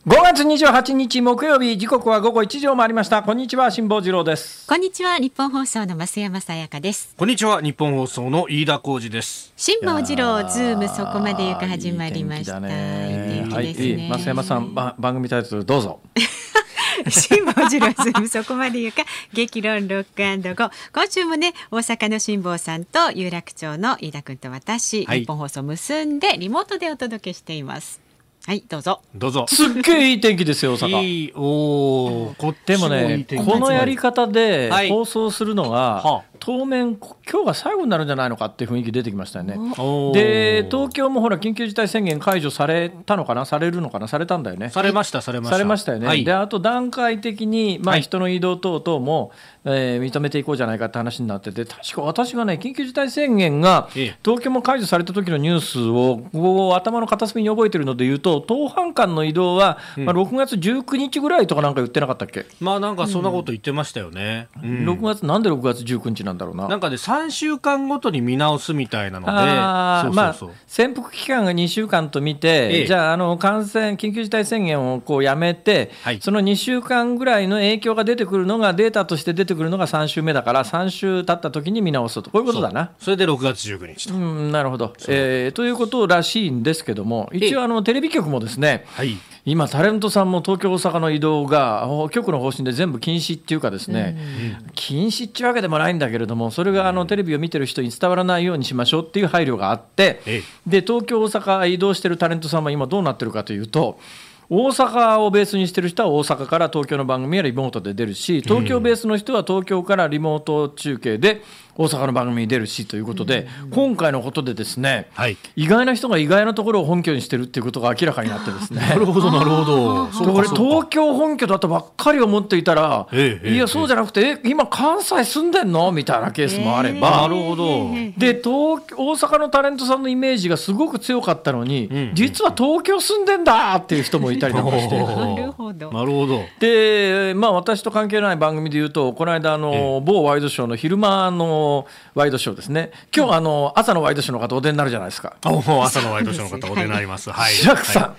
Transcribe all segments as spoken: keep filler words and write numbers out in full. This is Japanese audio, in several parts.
ごがつにじゅうはちにち木曜日、時刻はごごいちじを回りました。こんにちは、辛坊治郎です。 こんにちは、日本放送の増山さやかです。 こんにちは、日本放送の飯田浩司です。 辛坊治郎ズームそこまでゆか始まりました。いい天気ですね。 はい、増山さん、番組タイトルどうぞ。 辛坊治郎ズームそこまでゆか激論ロック&ゴー。今週もね、大阪の辛坊さんと有楽町の飯田君と私、はい、日本放送結んでリモートでお届けしています。はい、どうぞどうぞ。すっげえいい天気ですよ、大阪。 いい、おー、こっちもいい天気。 でもね、このやり方で放送するのが、はい、当面今日が最後になるんじゃないのかっていう雰囲気出てきましたよね。で、東京もほら緊急事態宣言解除されたのかな、されるのかな、されたんだよね。 されましたされましたされましたよね、はい、であと段階的に、まあ、人の移動等々も、えー、認めていこうじゃないかって話になってて、確か私がね、緊急事態宣言が東京も解除された時のニュースをこう頭の片隅に覚えてるので言うと、当班間の移動は、うん、まあ、ろくがつじゅうくにちぐらいとかなんか言ってなかったっけ。 まあなんかそんなこと言ってましたよね、うん、 ろくがつなんでろくがつじゅうくにちなんだろうな。 なんかでさんしゅうかんごとに見直すみたいなので、 あそうそうそう、まあ、潜伏期間がにしゅうかんと見て、ええ、じゃあ、あの感染緊急事態宣言をこうやめて、はい、そのにしゅうかんぐらいの影響が出てくるのがデータとして出てくるのがさん週目だから、さん週経った時に見直すと、こういうことだな。 そ, それでろくがつじゅうくにちと、うん、 なるほど、えー、ということらしいんですけども、一応あのテレビ局もですね、はい、今タレントさんも東京大阪の移動が局の方針で全部禁止っていうかですね、うん、禁止っていうわけでもないんだけれども、それがあのテレビを見てる人に伝わらないようにしましょうっていう配慮があって、ええ、で東京大阪移動してるタレントさんは今どうなってるかというと、大阪をベースにしてる人は大阪から東京の番組やリモートで出るし、東京ベースの人は東京からリモート中継で大阪の番組に出るしということで、うん、今回のことでですね、はい、意外な人が意外なところを本拠にしてるっていうことが明らかになってですね。 なるほどなるほど。 これ東京本拠だとばっかり思っていたら、ええ、いやそうじゃなくて、え今関西住んでんのみたいなケースもあれば、えー、 なるほど。 で東大阪のタレントさんのイメージがすごく強かったのに、うんうん、実は東京住んでんだっていう人もいたりなんかしてなるほどなるほど。 で、まあ、私と関係ない番組でいうと、この間あの某ワイドショーの昼間のワイドショーですね、今日あの朝のワイドショーの方お出になるじゃないですか。 お朝のワイドショーの方お出になります、はい、 白くさん、はい、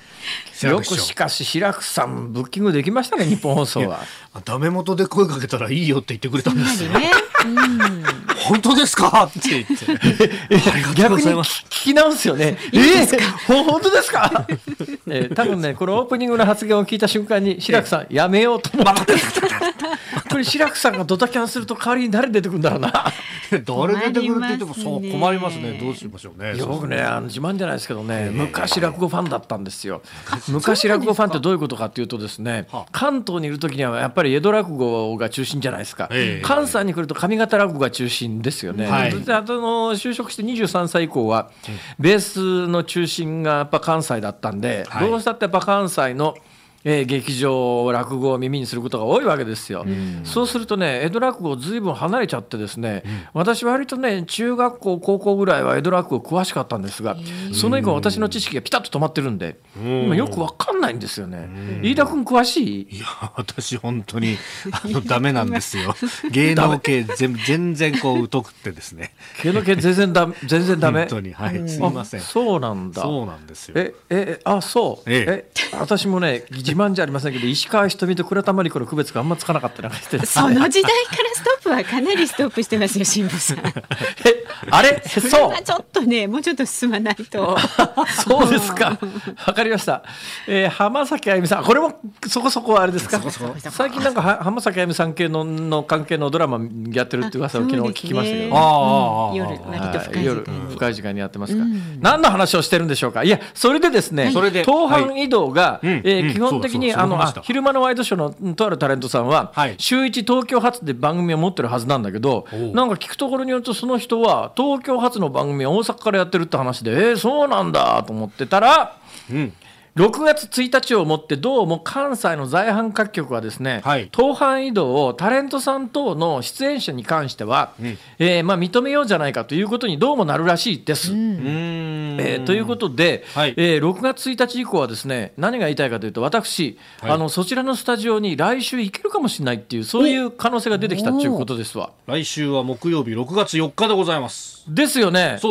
よくししかし白くさんブッキングできましたね、日本放送は。 ダメ元で声かけたらいいよって言ってくれたんですよ、 ねうん、 本当ですかって言って逆に聞き直すよね。いいですか、えー、本当ですかえー、多分ね、このオープニングの発言を聞いた瞬間に白くさんやめようと思ってこれ白くさんがドタキャンすると代わりに誰出てくるんだろうな誰出てくるって言ってもそう困りますね。どうしましょうね。 いや僕ね、あの自慢じゃないですけどね、昔落語ファンだったんですよ。昔落語ファンってどういうことかっていうとですね、関東にいる時にはやっぱり江戸落語が中心じゃないですか。関西に来ると上方落語が中心ですよね、はい、であとの就職してにじゅうさんさい以降はベースの中心がやっぱ関西だったんで、はい、どうしたってやっぱ関西のえー、劇場落語を耳にすることが多いわけですよ、うん、そうするとね、江戸落語ずいぶん離れちゃってですね、うん、私割とね中学校高校ぐらいは江戸落語詳しかったんですが、その以降私の知識がピタッと止まってるんで、今よく分かんないんですよね。飯田君詳しい？ いや私本当にあのダメなんですよ芸能系全全然こう疎くってですね芸能系全然ダメ全然ダメ本当に、はい、すみません。 そうなんだ。 そうなんですよ。 ええあそう、ええ私もね自慢じゃありませんけど、石川ひとみと倉田真理子の区別があんまつかなかったりなんかしてですね、 その時代からストップはかなりストップしてますよ辛坊さんえあれそれはちょっとねもうちょっと進まないとそうですか、わかりました、えー、浜崎あゆみさん、これもそこそこあれですか、そこそこ最近なんか浜崎あゆみさん系 の, の関係のドラマやってるって噂を昨日聞きましたけど、 あ、うん、夜割と深い時間に、 夜深い時間にやってますか、うん、何の話をしてるんでしょうか。いやそれでですね、はい、当班移動が、はい、えー、基本的にあのあ昼間のワイドショーのとあるタレントさんは、はい、週いち東京発で番組を持ってるはずなんだけど、なんか聞くところによるとその人は東京発の番組を大阪からやってるって話で、えー、そうなんだと思ってたら、うんろくがつついたちをもってどうも関西の在阪各局はですね、はい、当班移動をタレントさん等の出演者に関しては、うんえーまあ、認めようじゃないかということにどうもなるらしいです、うんえー、ということで、はいえー、ろくがつついたち以降はですね、何が言いたいかというと、私、はい、あのそちらのスタジオに来週行けるかもしれないっていう、そういう可能性が出てきたということですわ。 来週は木曜日ろくがつよっかでございます。 ですよね。 そうです。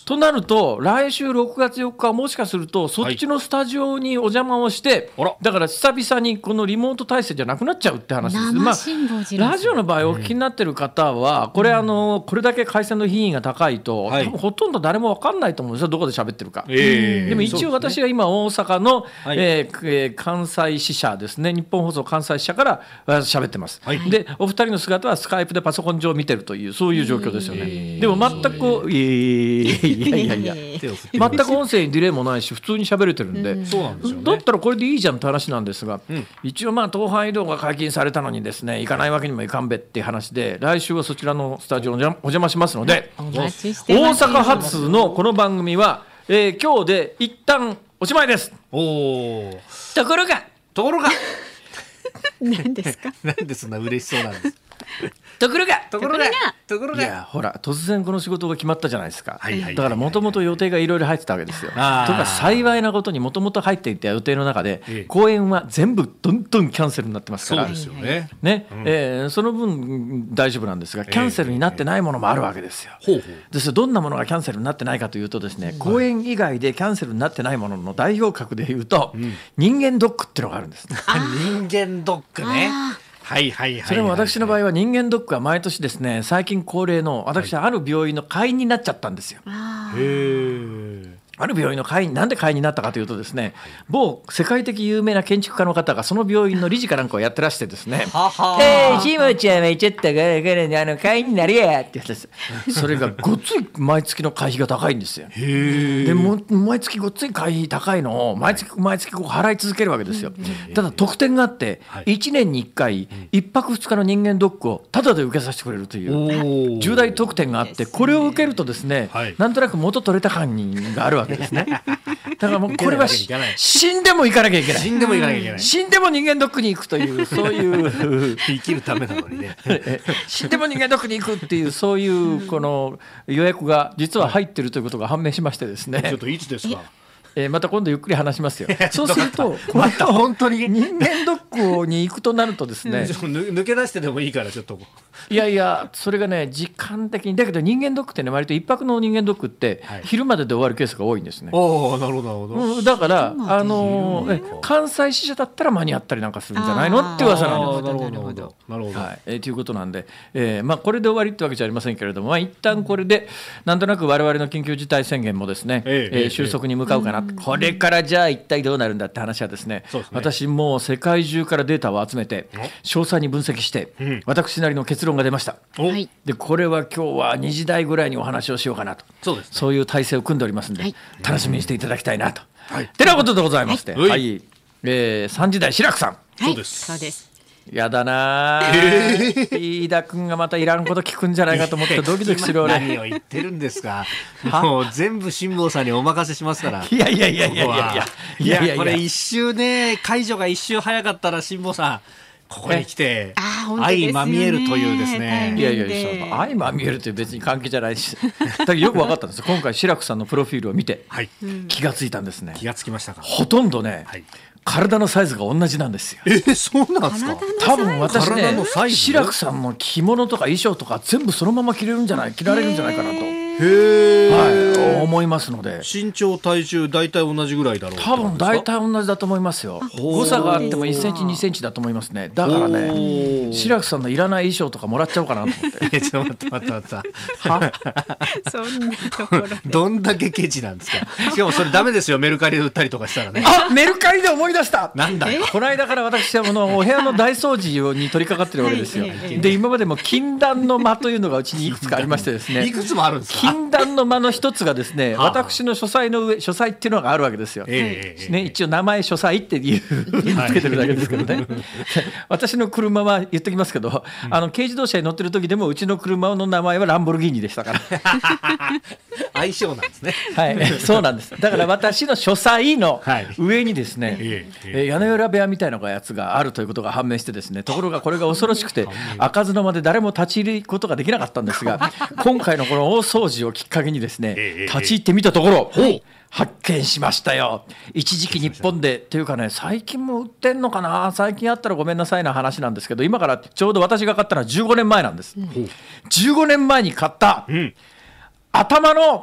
となると来週ろくがつよっかはもしかするとそっちのスタジオにお邪魔をして、はい、だから久々にこのリモート体制じゃなくなっちゃうって話です。まあ、ラジオの場合お聞きになってる方は、うん、これあのこれだけ回線の品位が高いと、はい、多分ほとんど誰も分かんないと思うんですよ、どこで喋ってるか、えー、でも一応私が今大阪の、はい、えーえー、関西支社ですね、日本放送関西支社から喋ってます、はい、でお二人の姿はスカイプでパソコン上見てるというそういう状況ですよね、えー、でも全くいやいやいや全く音声にディレイもないし普通に喋れてるんで、うん、そうなんですよね、だったらこれでいいじゃんって話なんですが、うん、一応まあ東阪移動が解禁されたのにですね行かないわけにもいかんべっていう話で来週はそちらのスタジオにお邪魔しますので、大阪発のこの番組は、えー、今日で一旦おしまいです。おー、ところがところが何ですかなんでそんな嬉しそうなんですところがところがところがいやほら突然この仕事が決まったじゃないですか、はいはいはいはい、だからもともと予定がいろいろ入ってたわけですよ。とか幸いなことにもともと入っていた予定の中で、ええ、公演は全部どんどんキャンセルになってますから、そうですよね、ね、うん、えー、その分大丈夫なんですがキャンセルになってないものもあるわけですよ、ええええ、ですどんなものがキャンセルになってないかというとですね、公演以外でキャンセルになってないものの代表格でいうと、うん、人間ドックっていうのがあるんです。 人間ドックね、はいはいはいはい、 それも私の場合は人間ドックは毎年ですね最近恒例の私はある病院の会員になっちゃったんですよ。あへーある病院の会員、なんで会員になったかというとですね、某世界的有名な建築家の方がその病院の理事かなんかをやってらしてですねははえー、しもちゃんはちょっとあの会員になるやって言って、それがごっつい毎月の会費が高いんですよ。へでも毎月ごっつい会費高いのを毎月毎月こう払い続けるわけですよ。ただ特典があっていちねんにいっかいいっぱくふつかの人間ドックをタダで受けさせてくれるという重大特典があって、これを受けるとですね、なんとなく元取れた感があるわけですね。だからもうこれは死んでも行かなきゃいけない、 死んでも行かなきゃいけない、 死んでも人間ドックに行くというそういう生きるためなのにね死んでも人間ドックに行くっていうそういうこの予約が実は入ってるということが判明しましてですね、 ちょっといつですか。 えー、また今度ゆっくり話しますよ。そうするとこまた本当に人間ドックに行くとなるとですね抜け出してでもいいからちょっといやいやそれがね時間的にだけど人間ドックってね割と一泊の人間ドックって昼までで終わるケースが多いんですね、 はい、おなるほどなるほど、 うん、だからあのー、え関西支社だったら間に合ったりなんかするんじゃないのって噂なんです。 なるほどなるほど、 はい、えー、ということなんで、えーまあ、これで終わりってわけじゃありませんけれども、まあ、一旦これでなんとなく我々の緊急事態宣言もですね、えーえー、収束に向かうかな、えー、これからじゃあ一体どうなるんだって話はですね、そうですね、私もう世界中からデータを集めて詳細に分析して、うん、私なりの結論が出ました。でこれは今日はにじ台ぐらいにお話をしようかなと、そうですね、そういう体制を組んでおりますので、はい、楽しみにしていただきたいなと、はい、てなことでございまして、はいはい、えー、さんじ台志らくさん、はい、 そうです、 そうです。 やだな、えー、飯田君がまたいらんこと聞くんじゃないかと思ってドキドキする俺。 何を言ってるんですか。もう全部辛坊さんにお任せしますから。 いやいやいやいやいやいやいやいや、これ一周ね解除が一周早かったら辛坊さんここに来て相まみえるというですね。 いやいや相まみえるという別に関係じゃないしだけどよく分かったんです。今回志らくさんのプロフィールを見て、はい、気がついたんですね。 気がつきましたか。 ほとんどね、はい、体のサイズが同じなんですよ。 えー、そうなんですか。 多分私ね志らくさんの着物とか衣装とか全部そのまま着れるんじゃない着られるんじゃないかなと、へー、はい、思いますので、 身長体重大体同じぐらいだろう。 多分大体同じだと思いますよ。誤差があってもいっセンチにセンチだと思いますね。だからね志らくさんのいらない衣装とかもらっちゃおうかなと思って。 ちょっと待って待って待ってはそんなところでどんだけケチなんですか。しかもそれダメですよメルカリで売ったりとかしたらね。 あ、メルカリで思い出した。 なんだよ。 この間から私はこのお部屋の大掃除に取り掛かってるわけですよ。で今までも禁断の間というのがうちにいくつかありましてですね。 いくつもあるんですか。 禁断の間の一つがですね、私の書斎の上、書斎っていうのがあるわけですよ、えーね、一応名前書斎っていうつけてるだけですけどね私の車は言っときますけど、うん、あの軽自動車に乗ってる時でもうちの車の名前はランボルギーニでしたから相性なんですね。 はい、そうなんです。だから私の書斎の上にですね、はい、えー、屋根裏部屋みたいなやつがあるということが判明してですね、ところがこれが恐ろしくて開かずの間で誰も立ち入ることができなかったんですが今回のこの大掃除をきっかけにですね、立ち入ってみたところ、発見しましたよ。一時期日本でというかね、最近も売ってんのかな、最近あったらごめんなさいな話なんですけど、今からちょうど私が買ったのはじゅうごねんまえなんです、うん、じゅうごねんまえに買った、うん、頭の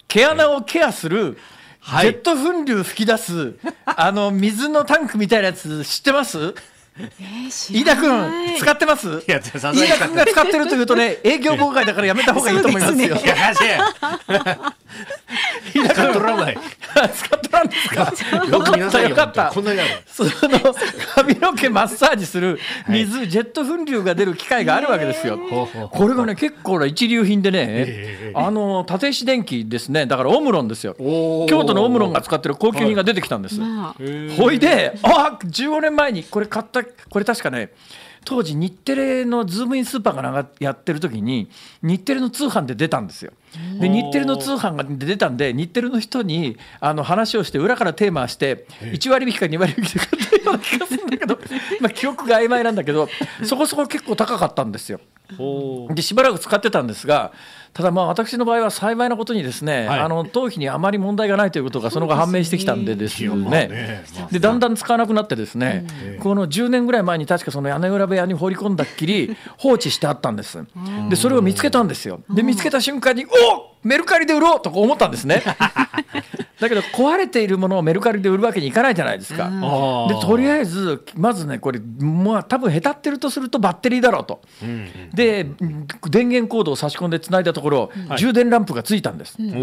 毛穴をケアするジェット噴流吹き出すあの水のタンクみたいなやつ知ってます？えー、飯田君使ってます？いや、飯田君が使ってるというとね、営業妨害だからやめた方がいいと思いますよ。いや、飯田君使っとらんない使っとらんですか？よかったよかった。こんなにある。その髪の毛マッサージする水、はい、ジェット噴流が出る機械があるわけですよ。これがね結構な一流品でね、えー、あの立石電機ですね。だからオムロンですよ。京都のオムロンが使ってる高級品が出てきたんです。はい、ほいで、あ、じゅうごねんまえにこれ買った。これ確かね、当時日テレのズームインスーパーがやってる時に日テレの通販で出たんですよ。で日テレの通販が出たんで、日テレの人にあの話をして裏からテーマしていち割引かに割引で買ったような気がするんだけどまあ記憶が曖昧なんだけど、そこそこ結構高かったんですよ。でしばらく使ってたんですが、ただまあ私の場合は幸いなことにですね、はい、あの頭皮にあまり問題がないということがその後判明してきたんでですよね。でだんだん使わなくなってですね、うん、このじゅうねんぐらい前に確かその屋根裏部屋に放り込んだっきり放置してあったんです。でそれを見つけたんですよ。で見つけた瞬間におメルカリで売ろうと思ったんですねだけど壊れているものをメルカリで売るわけにいかないじゃないですか。でとりあえずまずねこれ、まあ、多分へたってるとするとバッテリーだろうと、うん、で電源コードを差し込んでつないだところ、はい、充電ランプがついたんです。うん、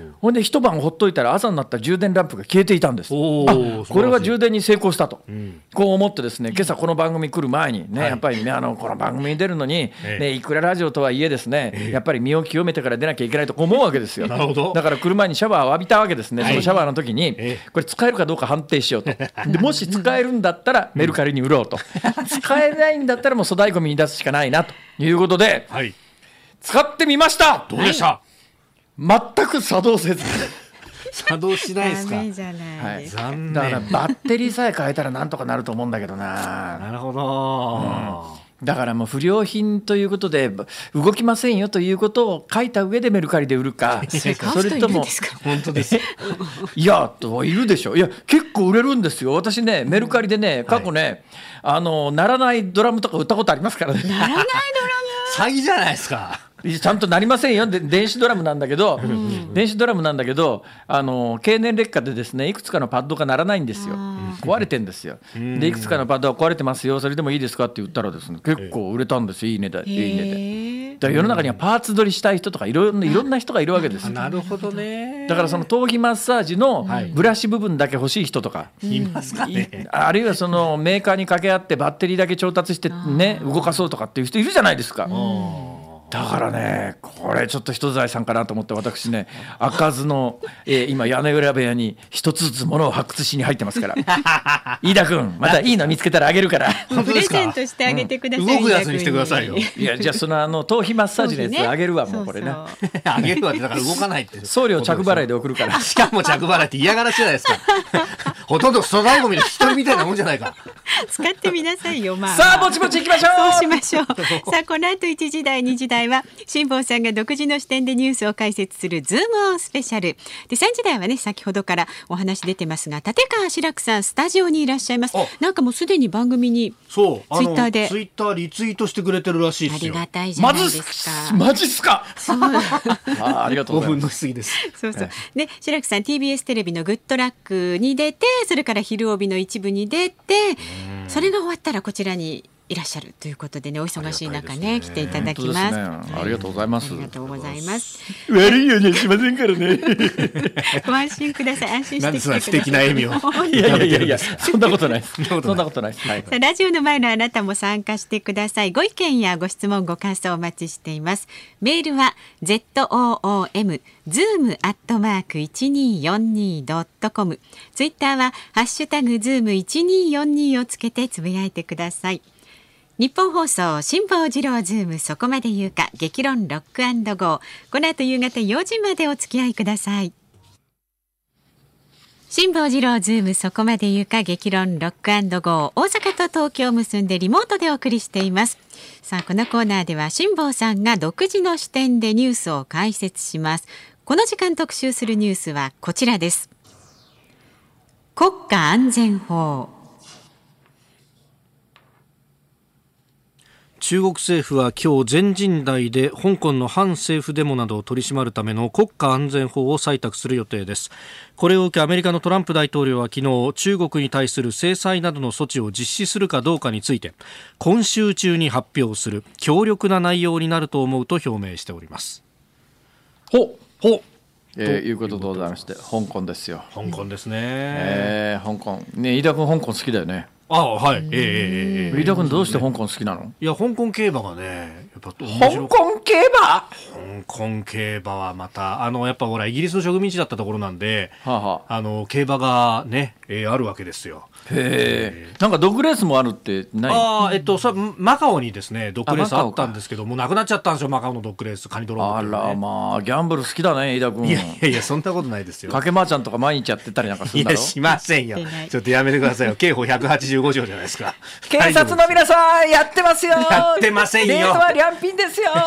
ほんで一晩ほっといたら朝になったら充電ランプが消えていたんです。あ、これは充電に成功したと、うん、こう思ってですね、今朝この番組来る前にね、はい、やっぱりねあのこの番組に出るのに、ね、いくらラジオとはいえですね、やっぱり身を清めてから出なきゃいけないと思うわけですよ。なるほど。だから車にシャワーを浴びたわけですね。そのシャワーの時にこれ使えるかどうか判定しようと。でもし使えるんだったらメルカリに売ろうと、使えないんだったらもう粗大ゴミに出すしかないなということで、はい、使ってみました。 どうでした？はい、 全く作動せず作動しないですか？ ダメじゃないですか。 はい、残念。だからバッテリーさえ変えたらなんとかなると思うんだけどな。 なるほど、 うん、だからもう不良品ということで動きませんよということを書いた上でメルカリで売るか、それとも本当ですいやといるでしょ。いや結構売れるんですよ。私ねメルカリでね過去ね、はい、あの鳴らないドラムとか売ったことありますからね。 鳴らないドラム詐欺じゃないですか。 ちゃんとなりませんよ。で電子ドラムなんだけど、うん、電子ドラムなんだけどあの経年劣化でですねいくつかのパッドが鳴らないんですよ。壊れてんですよ。でいくつかのパッドは壊れてますよ、それでもいいですかって言ったらですね結構売れたんですよ。いいねで、いいねで。だから世の中にはパーツ取りしたい人とかいろんな、いろんな人がいるわけですよ。 なるほどね。 だからその頭皮マッサージのブラシ部分だけ欲しい人とか、 いますかね。 あるいはそのメーカーに掛け合ってバッテリーだけ調達してね動かそうとかっていう人いるじゃないですか。だからねこれちょっと人財産かなと思って、私ね開かずの、えー、今屋根裏部屋に一つずつ物を発掘しに入ってますから飯田君またいいの見つけたらあげるからプレゼントしてあげてください、 うん、動くやつにしてくださいよ。 いやじゃあそのあの頭皮マッサージのやつあげるわ、もうこれねあげるわってだから動かないって送料着払いで送るからしかも着払いって嫌がらせじゃないですかほとんど粗大ゴミの一人みたいなもんじゃないか使ってみなさいよ、まあ、 さあぼちぼちいきましょう。 そうしましょうさあこの後いちじ台にじ台は辛坊さんが独自の視点でニュースを解説するズームオンスペシャルで、さんじ台はね先ほどからお話出てますが立川志らくさんスタジオにいらっしゃいます。なんかもうすでに番組にそうツイッターでツイッターリツイートしてくれてるらしいですよ。 ありがたいじゃないですか。 マジっすかあ, ありがとうございます。 ごふんの過ぎですそうそう、ね、志らくさん ティービーエス テレビのグッドラックに出て、それから昼帯の一部に出て、それが終わったらこちらにいらっしゃるということでね、お忙しい中ね来ていただきます。 ありがとうございます。 ありがとうございます。 悪いようにはしませんからねご安心ください。安心してきてください。 なんでそんな素敵な笑みをいやいやいやいやそんなことないそんなことない、はい、 さあラジオの前のあなたも参加してください。ご意見やご質問ご感想お待ちしています。メールは ズーム ズーム アットマーク いちにーよんにー ドットコム、 ツイッターはハッシュタグ ズームいちにーよんにー をつけてつぶやいてください。日本放送辛坊治郎ズームそこまで言うか激論ロック&ゴー、この後夕方よじまでお付き合いください。辛坊治郎ズームそこまで言うか激論ロック&ゴー、大阪と東京を結んでリモートでお送りしています。さあこのコーナーでは辛坊さんが独自の視点でニュースを解説します。この時間特集するニュースはこちらです。国家安全法。 中国政府は今日全人代で香港の反政府デモなどを取り締まるための国家安全法を採択する予定です。これを受けアメリカのトランプ大統領は昨日、中国に対する制裁などの措置を実施するかどうかについて今週中に発表する強力な内容になると思うと表明しております。 ほほえー、いうことでございまして、香港ですよ。 香港ですね、 えー、香港ね。飯田君香港好きだよね。 ああ、はい。ええー、飯田君どうして香港好きなの？ いや、香港競馬がね、やっぱ香港競馬香港競馬はまたあのやっぱほらイギリスの植民地だったところなんで、はあはあ、あの競馬がね、えー、あるわけですよ。 へえ。なんかドッグレースもあるってない？ ああ、えっとそれマカオにですねドッグレースあったんですけど、もうなくなっちゃったんですよ、マカオのドッグレース。カニドローン、ね、 あらまあギャンブル好きだね飯田君。 いやいやいや、そんなことないですよ。 かけまーちゃんとか毎日やってたりなんかするんだろ。 いやしませんよ。ちょっとやめてくださいよ。刑法ひゃくはちじゅうご条じゃないですか。 警察の皆さんやってますよ。 やってませんよ。 レートは良品ですよ。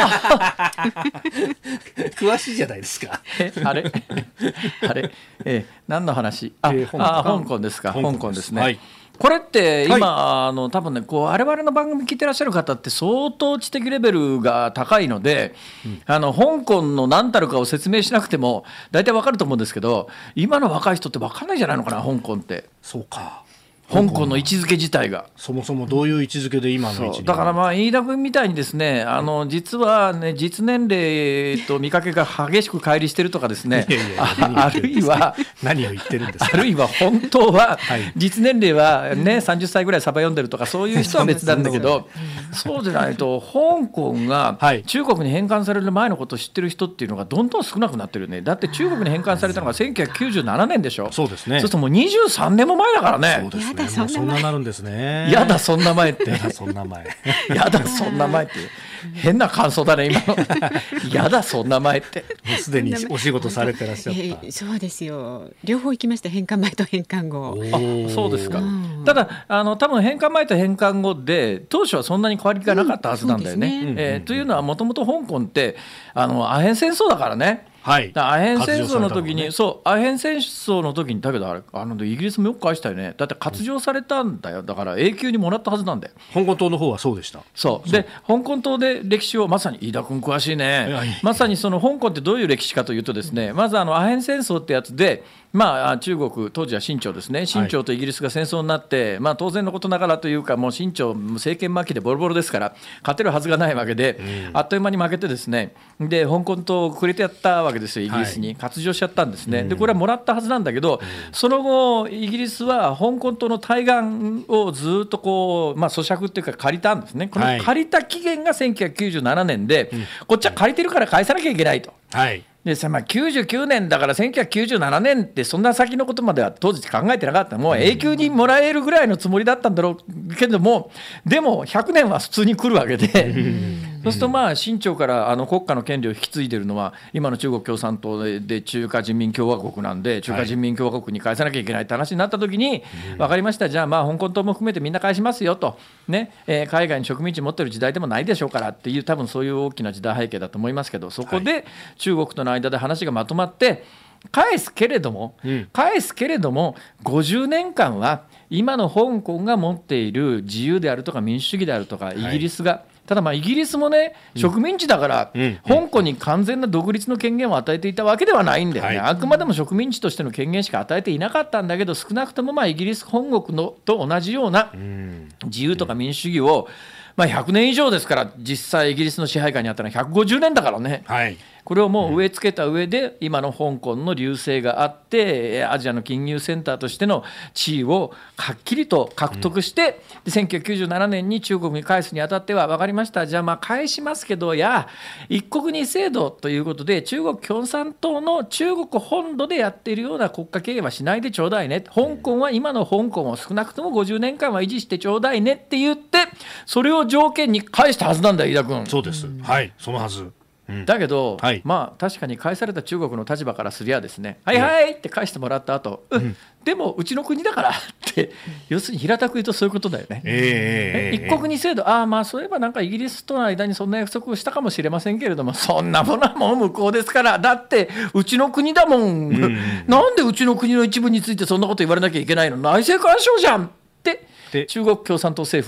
詳しいじゃないですか。 えあれあれ、えー、何の話？あ、えー、香港あ香港ですか。香港ですね。はい、これって今、はい、あの多分ねこう我々の番組聞いてらっしゃる方って相当知的レベルが高いので、うん、あの香港の何たるかを説明しなくても大体わかると思うんですけど、今の若い人ってわかんないんじゃないのかな、香港って。 そうか。 香港の位置づけ自体がそもそもどういう位置づけで今の位置に。 だからまあ飯田君みたいにですね、あの実はね実年齢と見かけが激しく乖離してるとかですね、いやいやあ, あるいは何を言ってるんですか。 あるいは本当は実年齢はねさんじゅっさいぐらいサバ読んでるとかそういう人は別なんだけど、そうでないと香港が中国に返還される前のことを知ってる人っていうのがどんどん少なくなってるね。だって中国に返還されたのがせんきゅうひゃくきゅうじゅうななねんでしょ。 そうですね。 そうするともうにじゅうさんねんも前だからね。 そうですね。もうそんななるんですね。 やだそんな前ってやだそんな前やだそんな前って変な感想だね今の。やだそんな前ってもうすでにお仕事されてらっしゃった。えー、そうですよ。両方行きました。返還前と返還後。 あ、そうですか。ただあの多分返還前と返還後で当初はそんなに変わりがなかったはずなんだよね。うんねえー、というのはもともと香港ってあのアヘン戦争だからね。はい、アヘン戦争の時に、ね、そうアヘン戦争の時にだけどあれあのイギリスもよく返したよね。だって割譲されたんだよ。だから永久にもらったはずなんだよ。 香港島の方はそうでした。 そうで香港島で歴史をまさに飯田君詳しいね。まさにその香港ってどういう歴史かというとですね、まずあのアヘン戦争ってやつで、まあ、中国当時は清朝ですね。清朝とイギリスが戦争になって、はい、まあ、当然のことながらというかもう清朝政権末期でボロボロですから勝てるはずがないわけで、うん、あっという間に負けてですね、で香港島をくれてやったわけですよイギリスに、はい、割譲しちゃったんですね。でこれはもらったはずなんだけど、うん、その後イギリスは香港島の対岸をずっとこう、まあ、租借っていうか借りたんですね。この借りた期限がせんきゅうひゃくきゅうじゅうななねんで、うん、こっちは借りてるから返さなきゃいけないと。はいでさまあ、きゅうじゅうきゅうねんだからせんきゅうひゃくきゅうじゅうななねんってそんな先のことまでは当時考えてなかった。もう永久にもらえるぐらいのつもりだったんだろうけども、でもひゃくねんは普通に来るわけでそうするとまあ清朝からあの国家の権利を引き継いでいるのは今の中国共産党で中華人民共和国なんで、中華人民共和国に返さなきゃいけないって話になった時に、分かりました、じゃあまあ香港島も含めてみんな返しますよと、ねえー、海外に植民地持ってる時代でもないでしょうからっていう、多分そういう大きな時代背景だと思いますけど、そこで中国との間で話がまとまって返すけれども、返すけれどもごじゅうねんかんは今の香港が持っている自由であるとか民主主義であるとかイギリスが、はい、ただまあイギリスもね植民地だから、うん、香港に完全な独立の権限を与えていたわけではないんだよね、はい、あくまでも植民地としての権限しか与えていなかったんだけど、少なくともまあイギリス本国のと同じような自由とか民主主義を、まあ、ひゃくねん以上ですから、実際イギリスの支配下にあったのはひゃくごじゅうねんだからね、はい、これをもう植え付けた上で今の香港の隆盛があってアジアの金融センターとしての地位をはっきりと獲得して、うん、でせんきゅうひゃくきゅうじゅうななねんに中国に返すにあたっては分かりました、じゃあまあ返しますけど、や一国二制度ということで中国共産党の中国本土でやっているような国家経営はしないでちょうだいね、香港は今の香港を少なくともごじゅうねんかんは維持してちょうだいねって言って、それを条件に返したはずなんだよ飯田君。 そうです、はい、そのはず。 だけど、はい、まあ確かに返された中国の立場からすりゃですね、はいはいって返してもらった後、うん、でもうちの国だからって要するに平たく言うとそういうことだよね、えー、一国二制度、ああまあそういえばなんかイギリスとの間にそんな約束をしたかもしれませんけれども、そんなものはもう向こうですから、だってうちの国だもん、うん、なんでうちの国の一部についてそんなこと言われなきゃいけないの、内政干渉じゃんって中国共産党政府は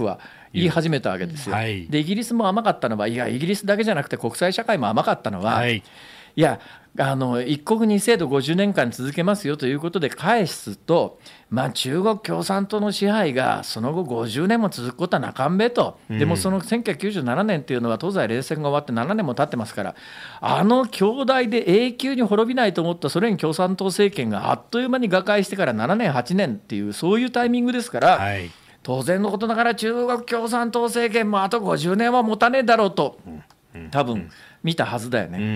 言い始めたわけですよ、はい、でイギリスも甘かったのは、いやイギリスだけじゃなくて国際社会も甘かったのは、はい、いやあの一国二制度ごじゅうねんかん続けますよということで返すと、まあ、中国共産党の支配がその後ごじゅうねんも続くことはなかんべと、うん、でもそのせんきゅうひゃくきゅうじゅうななねんというのは東西冷戦が終わってななねんも経ってますから、あの強大で永久に滅びないと思ったソ連共産党政権があっという間に瓦解してからななねんはちねんっていう、そういうタイミングですから、はい、当然のことながら中国共産党政権もあとごじゅうねんは持たねえだろうと、うんうん、多分見たはずだよね。 うん、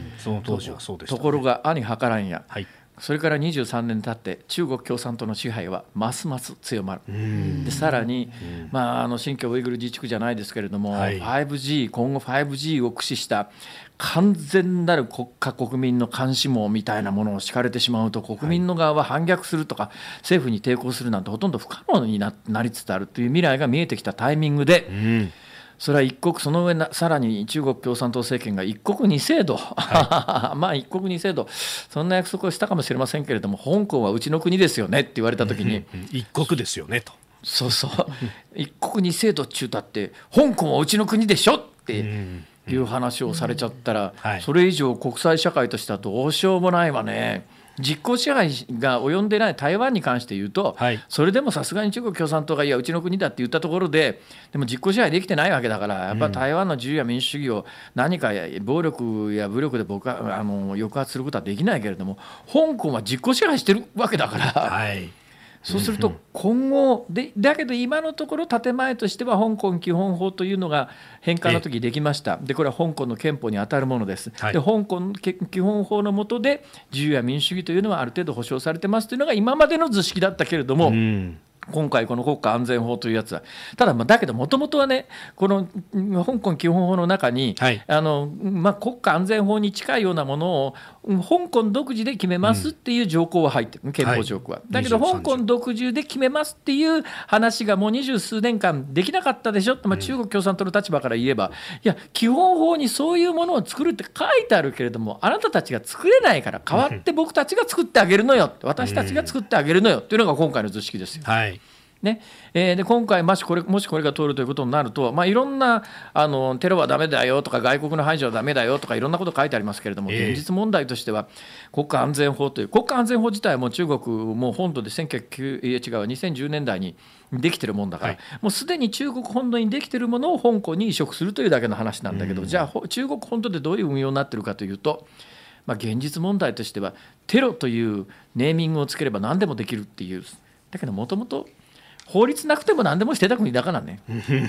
その当時はそうでしたね。 ところが兄はからんや、 はい、 それからにじゅうさんねん経って中国共産党の支配はますます強まる。でさらに、まあ、あの新疆ウイグル自治区じゃないですけれども、はい、ファイブジー 今後 ファイブジー を駆使した完全なる国家国民の監視網みたいなものを敷かれてしまうと、国民の側は反逆するとか政府に抵抗するなんてほとんど不可能に な, なりつつあるという未来が見えてきたタイミングで、うん、それは一国その上なさらに中国共産党政権が一国二制度、はい、まあ一国二制度そんな約束をしたかもしれませんけれども、香港はうちの国ですよねって言われた時に、 うんうん、一国ですよねと、 そうそう一国二制度っちゅうたって香港はうちの国でしょっていう話をされちゃったら、うんはい、それ以上国際社会としてはどうしようもないわね。実効支配が及んでない台湾に関して言うと、はい、それでもさすがに中国共産党がいやうちの国だって言ったところで、でも実効支配できてないわけだから、やっぱ台湾の自由や民主主義を何か暴力や武力で僕はあの抑圧することはできないけれども、香港は実効支配してるわけだから、はい、そうすると今後で、だけど今のところ建前としては香港基本法というのが返還の時できました。でこれは香港の憲法に当たるものです、はい、で香港基本法の下で自由や民主主義というのはある程度保障されてますというのが今までの図式だったけれども、うん、今回この国家安全法というやつはただ、だけどもともとはね、この香港基本法の中に、はいあのまあ、国家安全法に近いようなものを香港独自で決めますっていう条項は入ってる、うん、憲法条項は、はい、だけど香港独自で決めますっていう話がもう二十数年間できなかったでしょって、まあ、中国共産党の立場から言えば、うん、いや基本法にそういうものを作るって書いてあるけれども、あなたたちが作れないから代わって僕たちが作ってあげるのよ、私たちが作ってあげるのよっていうのが今回の図式ですよ、はいねえー、で今回もしこれ、もしこれが通るということになると、まあ、いろんなあのテロはダメだよとか外国の排除はダメだよとかいろんなこと書いてありますけれども、現実問題としては国家安全法という国家安全法自体はもう中国も本土でせんきゅうひゃくきゅう、いや違うにせんじゅうねんだいにできてるもんだから、はい、もうすでに中国本土にできてるものを香港に移植するというだけの話なんだけど、じゃあ中国本土でどういう運用になってるかというと、まあ、現実問題としてはテロというネーミングをつければ何でもできるっていう、だけどもともと法律なくても何でもしてた国だからね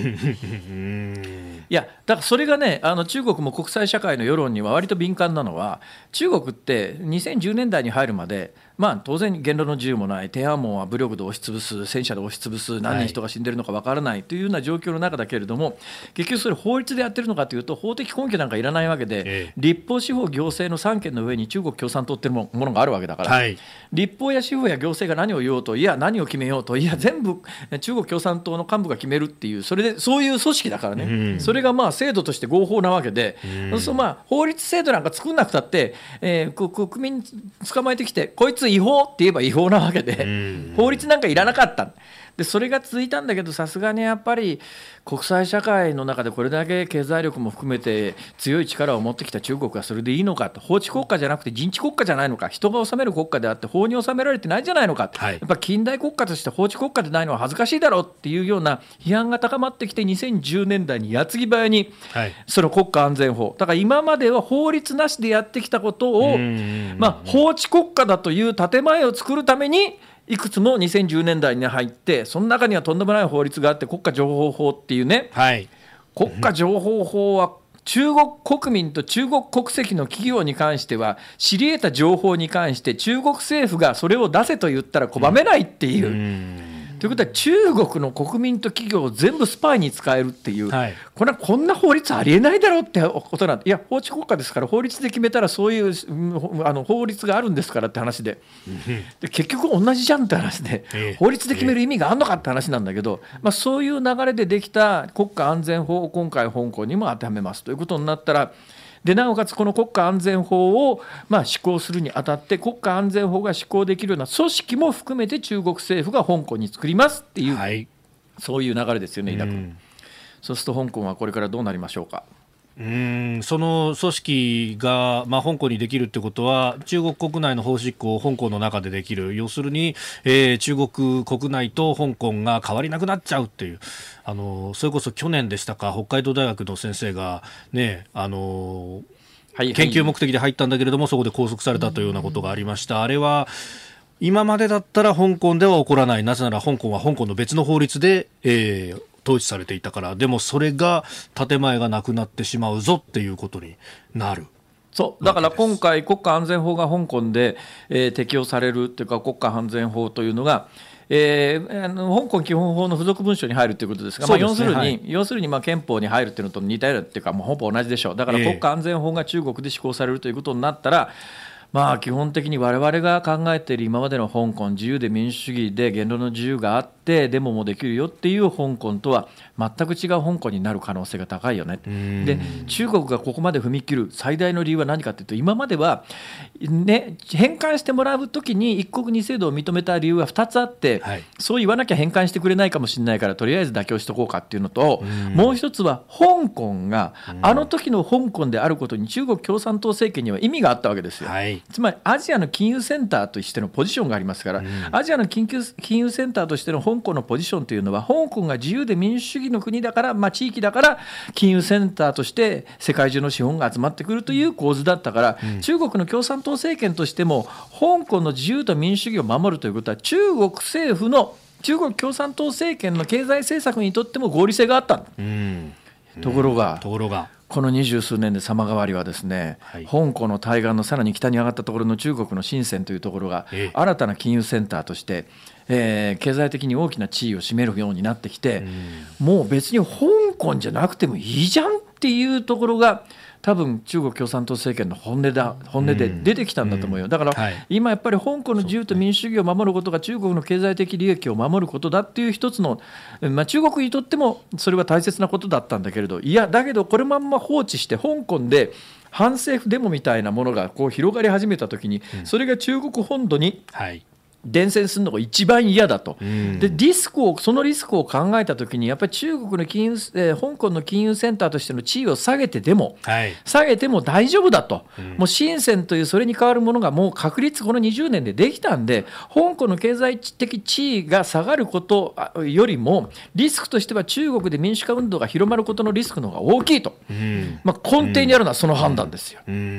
いやだからそれがね、あの中国も国際社会の世論には割と敏感なのは、中国ってにせんじゅうねんだいに入るまで、まあ、当然言論の自由もない、天安門は武力で押しつぶす、戦車で押しつぶす、何人人が死んでるのか分からないというような状況の中だけれども、結局それ法律でやってるのかというと法的根拠なんかいらないわけで、ええ、立法司法行政の三権の上に中国共産党っていうものがあるわけだから、はい、立法や司法や行政が何を言おうと、いや何を決めようと、いや全部中国共産党の幹部が決めるっていう、それでそういう組織だからね、うん、それがまあ制度として合法なわけで、うん、そうまあ法律制度なんか作んなくたって、えー、国民捕まえてきてこいつ違法って言えば違法なわけで、うん、法律なんかいらなかった。でそれが続いたんだけど、さすがにやっぱり国際社会の中でこれだけ経済力も含めて強い力を持ってきた中国はそれでいいのかと、法治国家じゃなくて人治国家じゃないのか、人が治める国家であって法に治められてないじゃないのか、はい、やっぱ近代国家として法治国家でないのは恥ずかしいだろうっていうような批判が高まってきて、にせんじゅうねんだいに矢継ぎ早にその国家安全法だから、今までは法律なしでやってきたことを、まあ、法治国家だという建前を作るためにいくつもにせんじゅうねんだいに入って、その中にはとんでもない法律があって、国家情報法っていうね、はい、国家情報法は中国国民と中国国籍の企業に関しては知り得た情報に関して中国政府がそれを出せと言ったら拒めないっていう、うんうんということは中国の国民と企業を全部スパイに使えるっていう、はい、これはこんな法律ありえないだろうってことなんで、いや法治国家ですから法律で決めたらそういうあの法律があるんですからって話 で, で結局同じじゃんって話で、えー、法律で決める意味があるのかって話なんだけど、まあ、そういう流れでできた国家安全法を今回香港にも当てはめますということになったら、でなおかつこの国家安全法をまあ施行するにあたって、国家安全法が施行できるような組織も含めて中国政府が香港に作りますっていう、はい、 そういう流れですよね、飯田君、うん、そうすると香港はこれからどうなりましょうか。 うーんその組織が、まあ、香港にできるってことは中国国内の法執行を香港の中でできる、要するに、えー、中国国内と香港が変わりなくなっちゃうっていう、あのそれこそ去年でしたか、北海道大学の先生が、ね、あのはいはい、研究目的で入ったんだけれどもそこで拘束されたというようなことがありました。あれは今までだったら香港では起こらない、なぜなら香港は香港の別の法律で、えー統治されていたから。でもそれが建前がなくなってしまうぞっていうことになる。 そうだから今回国家安全法が香港で、えー、適用されるというか、国家安全法というのが、えー、あの香港基本法の付属文書に入るということですが、まあ、要するに、はい、要するにまあ憲法に入るというのと似たようなというか、もうほぼ同じでしょう。だから国家安全法が中国で施行されるということになったら、まあ、基本的に我々が考えている今までの香港、自由で民主主義で言論の自由があってデモもできるよっていう香港とは全く違う香港になる可能性が高いよね。で、中国がここまで踏み切る最大の理由は何かというと、今までは、ね、返還してもらうときに一国二制度を認めた理由はふたつあって、はい、そう言わなきゃ返還してくれないかもしれないからとりあえず妥協しとこうかっていうのと、もう一つは香港があの時の香港であることに中国共産党政権には意味があったわけですよ、はい、つまりアジアの金融センターとしてのポジションがありますから、うん、アジアの金融、金融センターとしての香港のポジションというのは、香港が自由で民主主義の国だから、まあ、地域だから金融センターとして世界中の資本が集まってくるという構図だったから、うん、中国の共産党政権としても香港の自由と民主主義を守るということは、中国政府の中国共産党政権の経済政策にとっても合理性があった、うんうん、ところが、ところがこの二十数年で様変わりはですね、はい、香港の対岸のさらに北に上がったところの中国の深センというところが新たな金融センターとして、えー、経済的に大きな地位を占めるようになってきて、うん、もう別に香港じゃなくてもいいじゃんっていうところが多分中国共産党政権の本音だ本音で出てきたんだと思うよ。だから今やっぱり香港の自由と民主主義を守ることが中国の経済的利益を守ることだっていう一つの、まあ、中国にとってもそれは大切なことだったんだけれど、いやだけどこれまんま放置して香港で反政府デモみたいなものがこう広がり始めたときに、それが中国本土に、はい伝染するのが一番嫌だと、うん、でリスクをそのリスクを考えたときにやっぱり中国の金融、えー、香港の金融センターとしての地位を下げてでも、はい、下げても大丈夫だと、うん、もう深センというそれに代わるものがもう確立このにじゅうねんでできたんで、香港の経済的地位が下がることよりもリスクとしては中国で民主化運動が広まることのリスクの方が大きいと、うんまあ、根底にあるのはその判断ですよ、うんうんうん、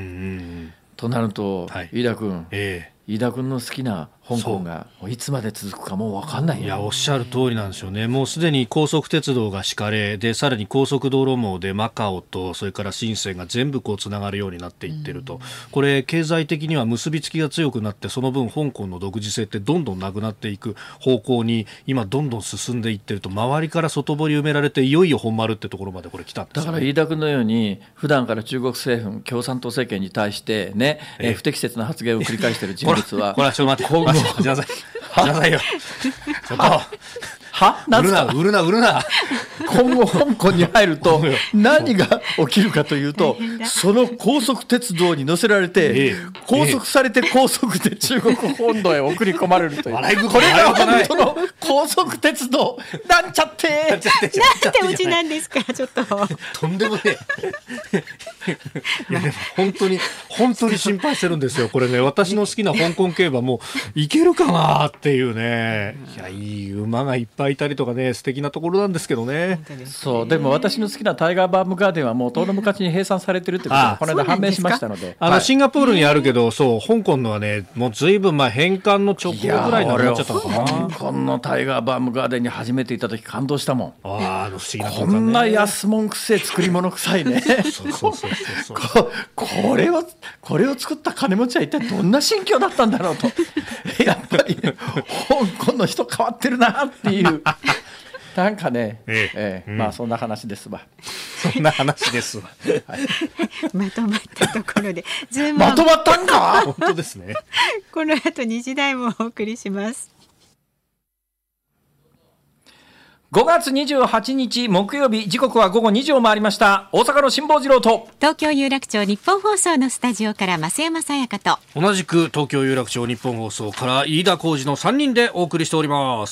となると、はい、飯田君、えー飯田君の好きな香港がいつまで続くかもう分かんないよ。 いやおっしゃる通りなんですよね。もうすでに高速鉄道が敷かれで、さらに高速道路網でマカオとそれから深センが全部こうつながるようになっていってると、うん、これ経済的には結びつきが強くなって、その分香港の独自性ってどんどんなくなっていく方向に今どんどん進んでいってると、周りから外堀埋められていよいよ本丸ってところまでこれ来たんですよね。 だから飯田君のように普段から中国政府共産党政権に対してね、えー、不適切な発言を繰り返している人物はこれはちょっと待って、待ってください。待ってくださいよ。ちょっと。 は売るな、売るな、売るな。 今後香港に入ると何が起きるかというと、その高速鉄道に乗せられて、拘束されて高速で中国本土へ送り込まれるという、これが本当の高速鉄道なんちゃって。 なんてうちなんですか、ちょっと。 とんでもねえ。いやでも本当に本当に心配してるんですよ。これね、私の好きな香港競馬もいけるかなっていうね。いや、いい馬がいっぱいいたりとかね、素敵なところなんですけどね。 そうでも私の好きなタイガーバームガーデンはもう遠の昔に閉鎖されてるってことがこの間判明しましたので、 あのシンガポールにあるけど、そう香港のはね、もうずいぶん前返還の直後ぐらいになっちゃったのかな。 香港のタイガーバームガーデンに初めて行った時感動したもん。 ああ、不思議なこんな安物くせえ作り物臭いね。そうそうそうそうこ, これをこれを作った金持ちは一体どんな心境だったんだろうと。やっぱり香港の人変わってるなっていうなんかね、ええええうん、まあそんな話ですわ。 そんな話ですわ。はい、 まとまったところでズームまとまったんか。 本当ですね。 この後にじ台もお送りします。 ごがつにじゅうはちにち木曜日、時刻は午後にじを回りました。大阪の辛坊治郎と東京有楽町日本放送のスタジオから増山さやかと、 同じく東京有楽町日本放送から飯田浩司のさんにんでお送りしております。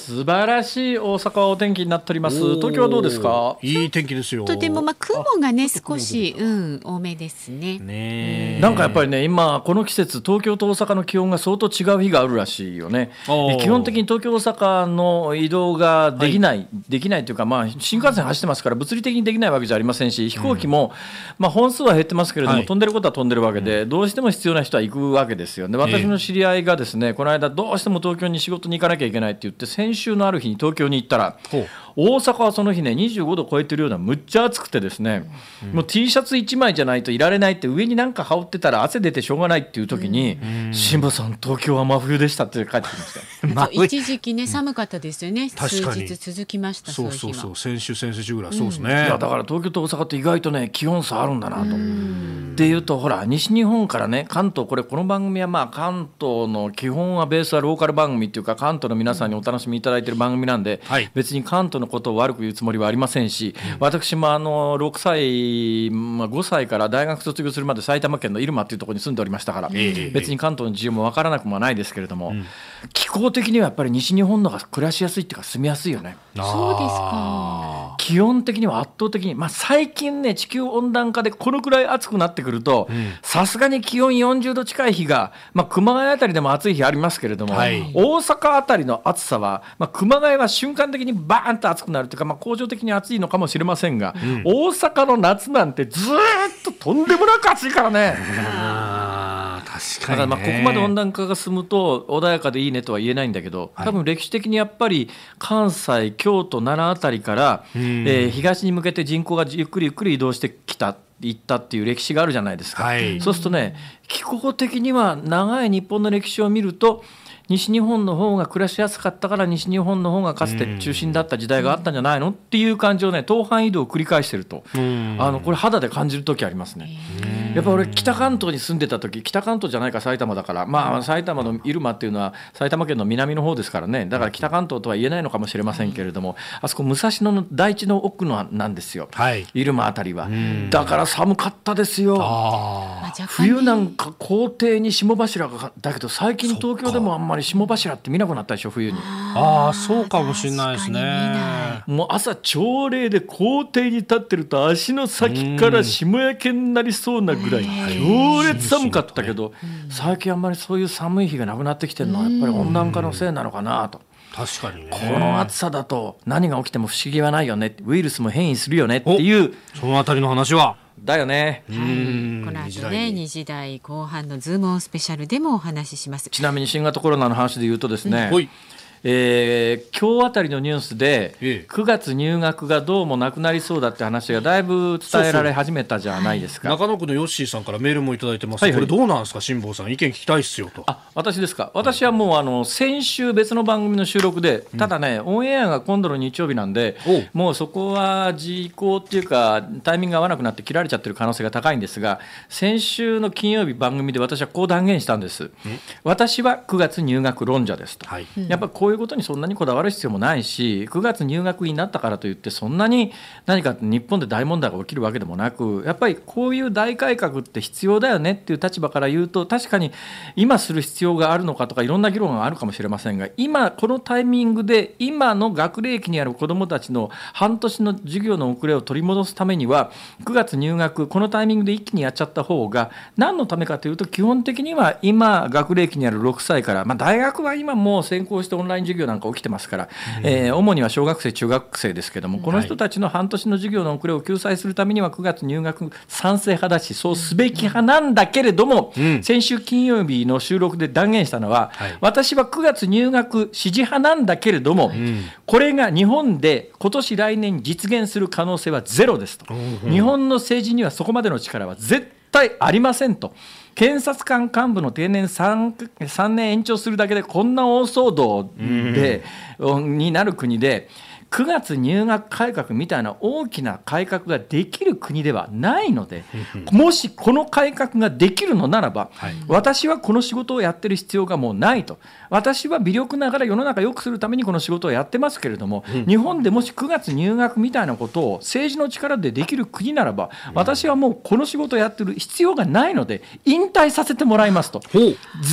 素晴らしい大阪はお天気になっております。東京はどうですか？ いい天気ですよ。 とてもまあ雲がね少し、うん、多めですね。 ね、なんかやっぱりね今この季節東京と大阪の気温が相当違う日があるらしいよね。基本的に東京大阪の移動ができない、はい、できないというか、まあ、新幹線走ってますから物理的にできないわけじゃありませんし飛行機も、うんまあ、本数は減ってますけれども、はい、飛んでることは飛んでるわけで、うん、どうしても必要な人は行くわけですよね。私の知り合いがですねこの間どうしても東京に仕事に行かなきゃいけないって言って先週のある日に東京に行ったら大阪はその日ねにじゅうごど超えてるようなむっちゃ暑くてですね、うん、もう T シャツいちまいじゃないといられないって上になんか羽織ってたら汗出てしょうがないっていう時に、うん、辛坊さん東京は真冬でしたって帰ってきました一時期ね寒かったですよね。数日続きました。 そうそうそう先週先々週ぐらい、うん、そうですね。 いやだから東京と大阪って意外とね気温差あるんだなと。っていうとほら西日本からね関東これこの番組はまあ関東の基本はベースはローカル番組っていうか関東の皆さんにお楽しみいただいている番組なんで、はい、別に関東のことを悪く言うつもりはありませんし、うん、私もあのろくさい、まあ、ごさいから大学卒業するまで埼玉県の入間っていうところに住んでおりましたから、えー、別に関東の事情も分からなくもないですけれども、うん、気候的にはやっぱり西日本の方が暮らしやすいっていうか住みやすいよね。 そうですか。 気温的には圧倒的に、まあ、最近ね地球温暖化でこのくらい暑くなってくるとさすがに気温よんじゅうど近い日が、まあ、熊谷あたりでも暑い日ありますけれども、はい、大阪あたりの暑さは、まあ、熊谷は瞬間的にバーンと暑くなるというか、まあ、恒常的に暑いのかもしれませんが、うん、大阪の夏なんてずーっととんでもなく暑いからね。 あ確かにね。 だからまあここまで温暖化が進むと穏やかでいいねとは言えないんだけど、多分歴史的にやっぱり関西京都奈良あたりから、うんえー、東に向けて人口がゆっくりゆっくり移動してきた行ったっていう歴史があるじゃないですか、はい、そうするとね気候的には長い日本の歴史を見ると西日本の方が暮らしやすかったから西日本の方がかつて中心だった時代があったんじゃないのっていう感じをね東半移動を繰り返してるとあのこれ肌で感じる時ありますね。やっぱ俺北関東に住んでた時北関東じゃないか埼玉だからまあ埼玉の入間っていうのは埼玉県の南の方ですからねだから北関東とは言えないのかもしれませんけれどもあそこ武蔵野の大地の奥のなんですよ、はい、入間あたりはだから寒かったですよ。あ冬なんか校庭に霜柱がだけど最近東京でもあんまり霜柱って見なくなったでしょ冬に。 ああそうかもしれないですね。 もう朝朝礼で校庭に立ってると足の先から霜焼けになりそうなぐらい強烈寒かったけど最近あんまりそういう寒い日がなくなってきてるのはやっぱり温暖化のせいなのかなと。 確かにね。 この暑さだと何が起きても不思議はないよねウイルスも変異するよねっていうそのあたりの話はだよね、 はい、この後ねにじ台後半のズームオンスペシャルでもお話しします。 ちなみに新型コロナの話で言うとですね、うんえー、今日あたりのニュースでくがつ入学がどうもなくなりそうだって話がだいぶ伝えられ始めたじゃないですか。 そうそう中野区のヨッシーさんからメールもいただいてます、はいはい、これどうなんですか辛坊さん意見聞きたいっすよと。 あ私ですか。私はもうあの先週別の番組の収録でただね、うん、オンエアが今度の日曜日なんでもうそこは時効っていうかタイミングが合わなくなって切られちゃってる可能性が高いんですが先週の金曜日番組で私はこう断言したんです、うん、私はくがつ入学論者ですと、はい、やっぱこういうことにそんなにこだわる必要もないしくがつ入学になったからといってそんなに何か日本で大問題が起きるわけでもなくやっぱりこういう大改革って必要だよねっていう立場から言うと確かに今する必要があるのかとかいろんな議論があるかもしれませんが今このタイミングで今の学齢期にある子どもたちの半年の授業の遅れを取り戻すためにはくがつ入学このタイミングで一気にやっちゃった方が何のためかというと基本的には今学齢期にあるろくさいから、まあ、大学は今もう先行してオンライン授業なんか起きてますから、うんえー、主には小学生中学生ですけどもこの人たちの半年の授業の遅れを救済するためにはくがつ入学賛成派だしそうすべき派なんだけれども、うん、先週金曜日の収録で断言したのは、はい、私はくがつ入学支持派なんだけれども、うん、これが日本で今年来年実現する可能性はゼロですと、うんうん、日本の政治にはそこまでの力は絶対ありませんと検察官幹部の定年 3, 3年延長するだけでこんな大騒動で、うん、になる国でくがつ入学改革みたいな大きな改革ができる国ではないのでもしこの改革ができるのならば、はい、私はこの仕事をやってる必要がもうないと私は微力ながら世の中を良くするためにこの仕事をやってますけれども、うん、日本でもしくがつ入学みたいなことを政治の力でできる国ならば私はもうこの仕事をやってる必要がないので引退させてもらいますと、うん、絶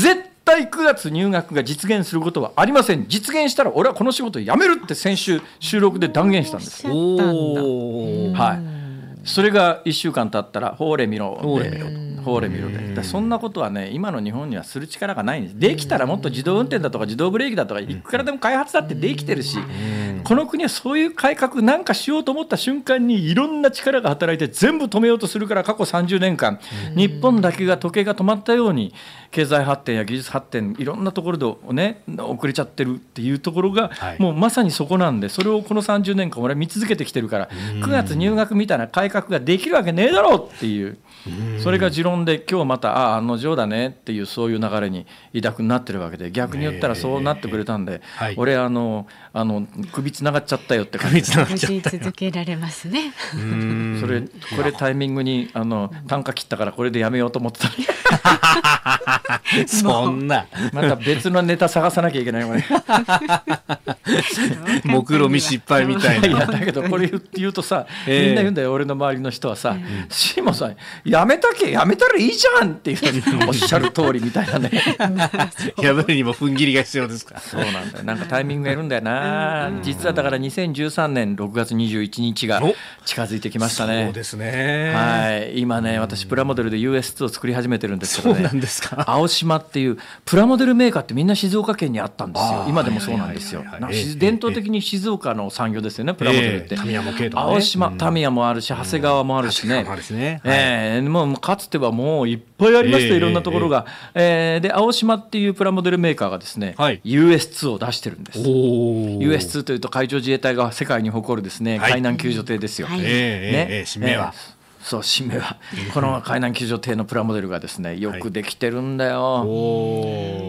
対くがつ入学が実現することはありません。実現したら俺はこの仕事を辞めるって先週収録で断言したんです。 おはい、それがいっしゅうかん経ったらほーれみろでほーれみろで、そんなことはね今の日本にはする力がないんです。できたらもっと自動運転だとか自動ブレーキだとかいくらでも開発だってできてるし、この国はそういう改革なんかしようと思った瞬間にいろんな力が働いて全部止めようとするから、過去さんじゅうねんかん日本だけが時計が止まったように経済発展や技術発展いろんなところで、ね、遅れちゃってるっていうところが、はい、もうまさにそこなんで、それをこのさんじゅうねんかん俺は見続けてきてるから、くがつ入学みたいな改革ができるわけねえだろうっていう、それが持論で今日またああ案の定だねっていうそういう流れに伊田君なってるわけで、逆に言ったらそうなってくれたんで、えーはい、俺あのあの首つながっちゃったよって感じ続けられますね。 うーんそれこれタイミングにあの単価切ったからこれでやめようと思ってたそんなまた別のネタ探さなきゃいけないよね目論見失敗みたいな。 いやだけどこれ言うとさ、えー、みんな言うんだよ俺の周りの人はさ、シーモンさんやめたけやめたらいいじゃんっていうおっしゃる通りみたいなねやめるにも踏ん切りが必要ですか。 そうなんだよ、なんかタイミングがいるんだよな。実はだからにせんじゅうさんねんろくがつにじゅういちにちが近づいてきましたね。 そうですね、 はい、今ね私プラモデルで ユーエスツー を作り始めてるんですけどね。 そうなんですか。 青島っていうプラモデルメーカーってみんな静岡県にあったんですよ。今でもそうなんですよ。伝統的に静岡の産業ですよね、プラモデルって。 タミヤも系統ね、 青島タミヤもあるし長谷川もあるしね、えー、もうかつてはもういっぱいありました、いろんなところが、えー、で青島っていうプラモデルメーカーがですね、はい、ユーエスツー を出してるんです。 ユーエスツー というと海上自衛隊が世界に誇るですね、はい、海難救助艇ですよ、はいねえー、使命は、えーそう使命はこの海難救助艇のプラモデルがですねよくできてるんだよ、はい、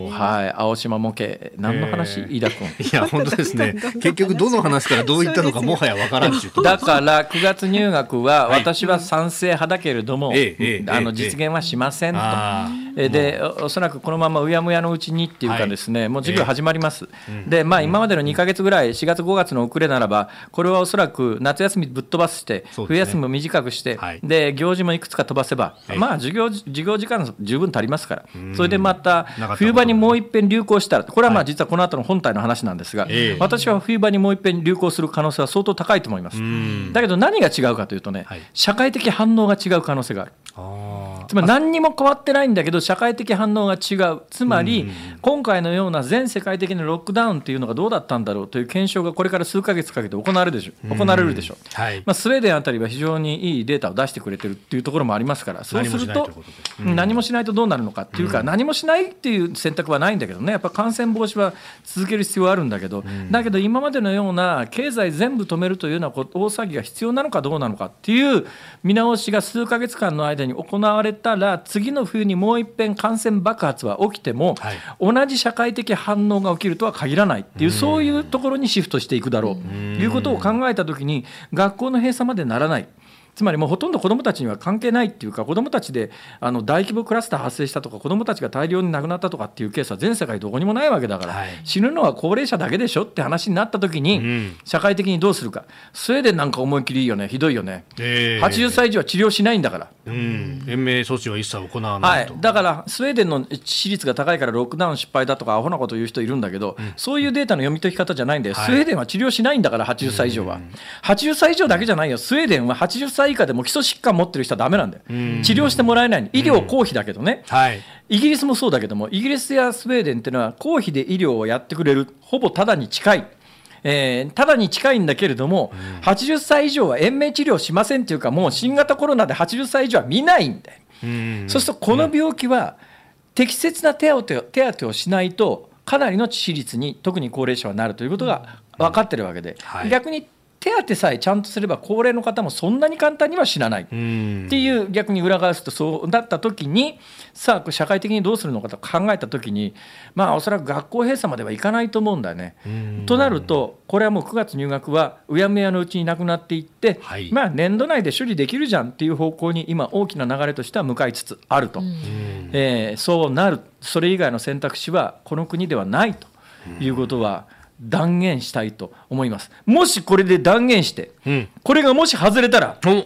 はい、青島模型何の話、飯田君。 いや本当ですね結局どの話からどういったのかもはや分からんちゅうだからくがつ入学は私は賛成派だけれども、はい、あの実現はしませんと、えでおそらくこのままうやむやのうちにっていうかですね、はい、もう授業始まります、えー、でまあ今までのにかげつぐらいしがつごがつの遅れならばこれはおそらく夏休みぶっ飛ばして、ね、冬休みも短くして、はい、で行事もいくつか飛ばせば、はい、まあ授業、授業時間十分足りますから、それでまた冬場にもう一遍流行したら、これはまあ実はこの後の本体の話なんですが、はい、私は冬場にもう一遍流行する可能性は相当高いと思います。だけど何が違うかというとね、はい、社会的反応が違う可能性がある。あつまり何にも変わってないんだけど社会的反応が違う。つまり今回のような全世界的なロックダウンというのがどうだったんだろうという検証がこれから数ヶ月かけて行われるでしょう行われるでしょう、はいまあ、スウェーデンあたりは非常にいいデータを出してくれてるっていうところもありますから、そうすると何もしないとどうなるのかっていうか、何もしないっていう選択はないんだけどね、やっぱ感染防止は続ける必要はあるんだけど、だけど今までのような経済全部止めるというような大騒ぎが必要なのかどうなのかっていう見直しが数ヶ月間の間に行われたら、次の冬にもう一遍感染爆発は起きても、はい、同じ社会的反応が起きるとは限らないっていう、そういうところにシフトしていくだろうということを考えたときに、学校の閉鎖までならない。つまりもうほとんど子どもたちには関係ないっていうか、子どもたちであの大規模クラスター発生したとか子どもたちが大量に亡くなったとかっていうケースは全世界どこにもないわけだから、はい、死ぬのは高齢者だけでしょって話になった時に、うん、社会的にどうするか。スウェーデンなんか思い切りいいよね、ひどいよね、えー、はちじゅっさい以上は治療しないんだから、 うん、延命措置は一切行わないと、 はい、だからスウェーデンの致死率が高いからロックダウン失敗だとかアホなこと言う人いるんだけど、うん、そういうデータの読み解き方じゃないんで、はい、スウェーデンは治療しないんだからはちじゅっさい以上は、うん、はちじゅっさい以上だけじゃないよ、スウェーデンははちじゅっさい以下でも基礎疾患持ってる人はダメなんだよ。治療してもらえないの。医療公費だけどね、はい、イギリスもそうだけども、イギリスやスウェーデンっていうのは公費で医療をやってくれる、ほぼタダに近い、えー、タダに近いんだけれども、うん、はちじゅっさい以上は延命治療しませんっていうか、もう新型コロナではちじゅっさい以上は見ないんだよ。うん、そうするとこの病気は適切な手当てを、手当てをしないとかなりの致死率に特に高齢者はなるということが分かってるわけで、うんはい、逆に手当さえちゃんとすれば高齢の方もそんなに簡単には死なないっていう、逆に裏返すとそうだった時に、さあ社会的にどうするのかと考えた時に、まあおそらく学校閉鎖まではいかないと思うんだよね。となるとこれはもうくがつ入学はうやむやのうちになくなっていって、はい、まあ年度内で処理できるじゃんっていう方向に今大きな流れとしては向かいつつあると、えー、そうなる、それ以外の選択肢はこの国ではないということは断言したいと思います。もしこれで断言して、うん、これがもし外れたら、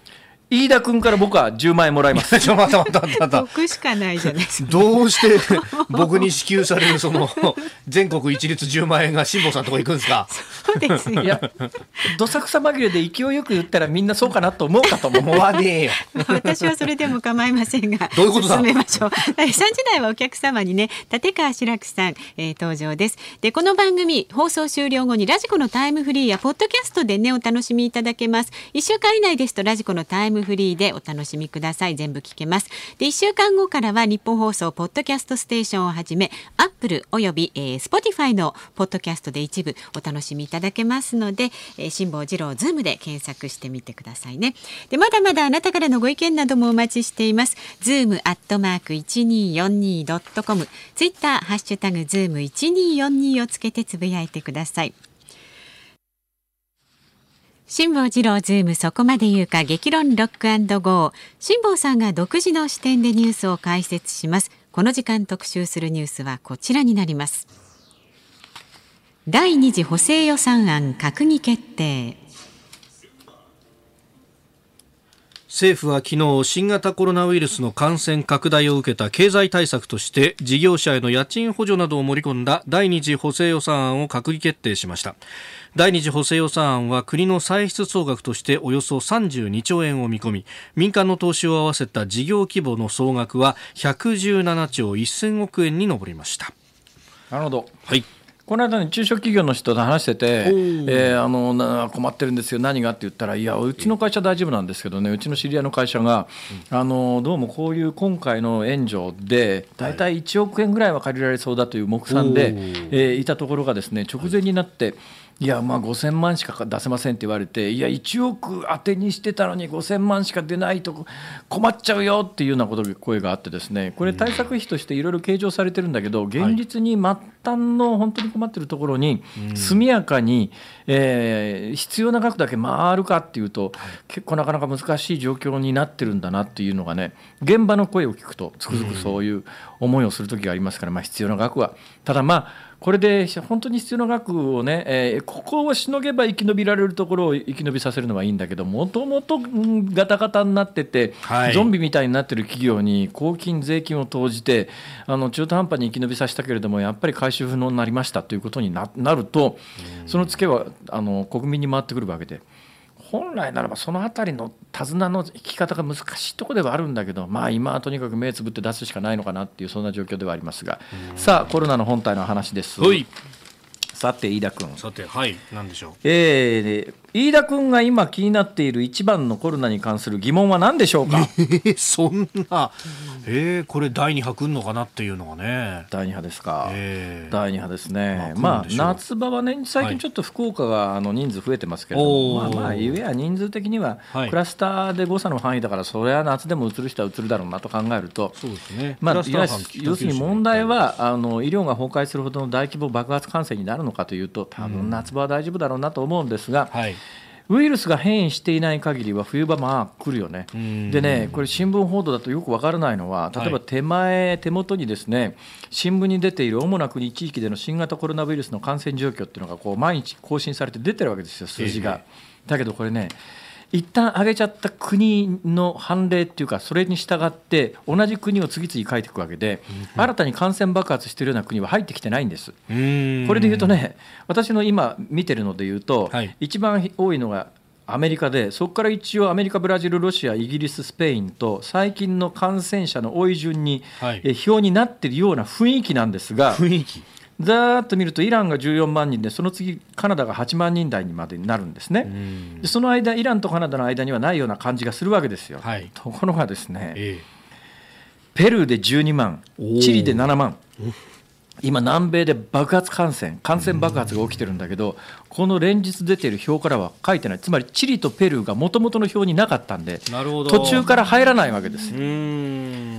飯田君から僕はじゅうまんえんもらいます。 ちょ待って待って待って僕しかないじゃないですか。 どうして僕に支給されるその全国一律じゅうまんえんが辛坊さんのとこ行くんですか。 そうですよ。 いやどさくさ紛れで勢いよく言ったらみんなそうかなと思うかと思わねえよ。 私はそれでも構いませんがどういうことだ。 進めましょう。さんじ台はお客様にね立川志らくさん、えー、登場です。でこの番組放送終了後にラジコのタイムフリーやポッドキャストでねお楽しみいただけます。いっしゅうかん以内ですとラジコのタイムフリーでお楽しみください。全部聞けます。でいっしゅうかんごからは日本放送ポッドキャストステーションをはじめアップルおよび、えー、Spotify のポッドキャストで一部お楽しみいただけますので、えー、辛坊治郎ズームで検索してみてくださいね。でまだまだあなたからのご意見などもお待ちしています。ズームアットマーク いちにーよんにードットコム ツイッターハッシュタグズームいちにーよんにーをつけてつぶやいてください。辛坊治郎ズームそこまで言うか激論ロック&ゴー。辛坊さんが独自の視点でニュースを解説します。この時間特集するニュースはこちらになります。第二次補正予算案閣議決定。 政府は昨日新型コロナウイルスの感染拡大を受けた経済対策として事業者への家賃補助などを盛り込んだ第二次補正予算案を閣議決定しました。第二次補正予算案は国の歳出総額としておよそさんじゅうにちょうえんを見込み、民間の投資を合わせた事業規模の総額はひゃくじゅうななちょうせんおくえんに上りました。 なるほど。 はい。 この間に中小企業の人と話してて、えー、あのな困ってるんですよ何がって言ったら、いやうちの会社大丈夫なんですけどね、うちの知り合いの会社があのどうもこういう今回の援助でだいたいいちおくえんぐらいは借りられそうだという目算で、えー、いたところがですね直前になって、いやまあごせんまんしか出せませんって言われて、いやいちおく当てにしてたのにごせんまんしか出ないと困っちゃうよっていうようなこと声があってですね、これ対策費としていろいろ計上されてるんだけど、現実に末端の本当に困ってるところに速やかに、えー、必要な額だけ回るかっていうと結構なかなか難しい状況になってるんだなっていうのがね、現場の声を聞くとつくづくそういう思いをする時がありますから、まあ、必要な額はただまあこれで本当に必要な額をね、えー、ここをしのげば生き延びられるところを生き延びさせるのはいいんだけど、もともとガタガタになってて、はい、ゾンビみたいになってる企業に公金税金を投じてあの中途半端に生き延びさせたけれどもやっぱり回収不能になりましたということに な, なると、そのツケはあの国民に回ってくるわけで、本来ならばそのあたりの手綱の引き方が難しいところではあるんだけど、まあ今はとにかく目つぶって出すしかないのかなっていうそんな状況ではありますが、さあコロナの本体の話です。さて飯田君、 さてはい何でしょう。 えー、飯田君が今気になっている一番のコロナに関する疑問は何でしょうか。 えー、そんな、えー、これだいに波来るのかなっていうのがね。 だいに波ですか、えー、だいに波ですね。 まあ、 まあ、夏場はね最近ちょっと福岡があの人数増えてますけれども、はい、まあまあいえや人数的にはクラスターで誤差の範囲だから、それは夏でもうつる人はうつるだろうなと考えると、 そうですね、 まあ、要するに問題はあの医療が崩壊するほどの大規模爆発感染になるのかというと、多分夏場は大丈夫だろうなと思うんですが、うんはい、ウイルスが変異していない限りは冬場まあ来るよね。でね、これ新聞報道だとよくわからないのは、例えば手前、はい、手元にですね新聞に出ている主な国地域での新型コロナウイルスの感染状況っていうのがこう毎日更新されて出てるわけですよ、数字が。だけどこれね一旦上げちゃった国の判例っていうか、それに従って同じ国を次々書いていくわけで、うん、新たに感染爆発しているような国は入ってきてないんです。うーん、これでいうとね、私の今見てるのでいうと、はい、一番多いのがアメリカで、そこから一応アメリカ、ブラジル、ロシア、イギリス、スペインと最近の感染者の多い順に、はい、え表になっているような雰囲気なんですが、 雰囲気ざーっと見るとイランがじゅうよんまんにんで、その次カナダがはちまんにん台にまでなるんですね。でその間イランとカナダの間にはないような感じがするわけですよ、はい、ところがですね、ええ、ペルーでじゅうにまん、チリでななまん、今南米で爆発感染感染爆発が起きてるんだけど、この連日出ている表からは書いてない。つまりチリとペルーが元々の表になかったんで、途中から入らないわけです。うーん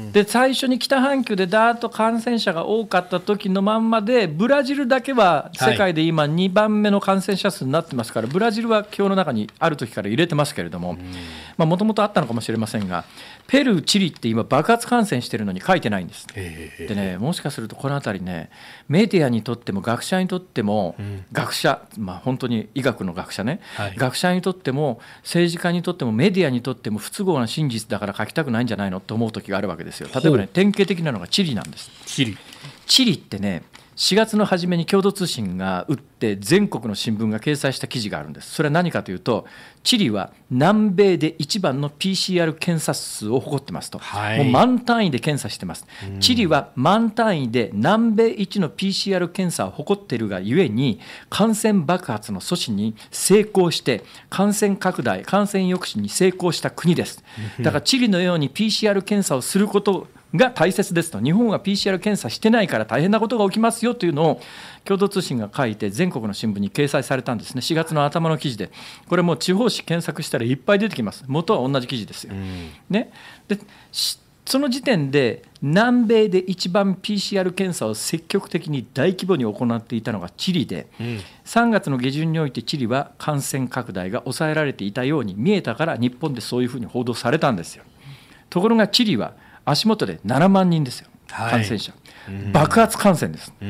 で最初に北半球でダーッと感染者が多かった時のまんまで、ブラジルだけは世界で今にばんめの感染者数になってますから、ブラジルは表の中にある時から入れてますけれども、もともとあったのかもしれませんが、ペルー、チリって今爆発感染してるのに書いてないんです。でね、もしかするとこのあたりね、メディアにとっても学者にとっても、うん、学者、まあ、本当に医学の学者ね、はい、学者にとっても政治家にとってもメディアにとっても不都合な真実だから書きたくないんじゃないのと思う時があるわけですよ。例えばね、典型的なのがチリなんです。 チリチリってね、しがつの初めに共同通信が打って全国の新聞が掲載した記事があるんです。それは何かというと、チリは南米で一番の ピーシーアール 検査数を誇ってますと、はい、もう満単位で検査してます。チリは満単位で南米一の ピーシーアール 検査を誇っているがゆえに、感染爆発の阻止に成功して感染拡大、感染抑止に成功した国です。だからチリのように ピーシーアール 検査をすることが大切ですと、日本は ピーシーアール 検査してないから大変なことが起きますよというのを共同通信が書いて全国の新聞に掲載されたんですね。しがつの頭の記事で、これもう地方紙検索したらいっぱい出てきます。元は同じ記事ですよ、ね、でその時点で南米で一番 ピーシーアール 検査を積極的に大規模に行っていたのがチリで、うん、さんがつの下旬においてチリは感染拡大が抑えられていたように見えたから、日本でそういうふうに報道されたんですよ。ところがチリは足元でななまんにんですよ、感染者、はい、爆発感染です。うん、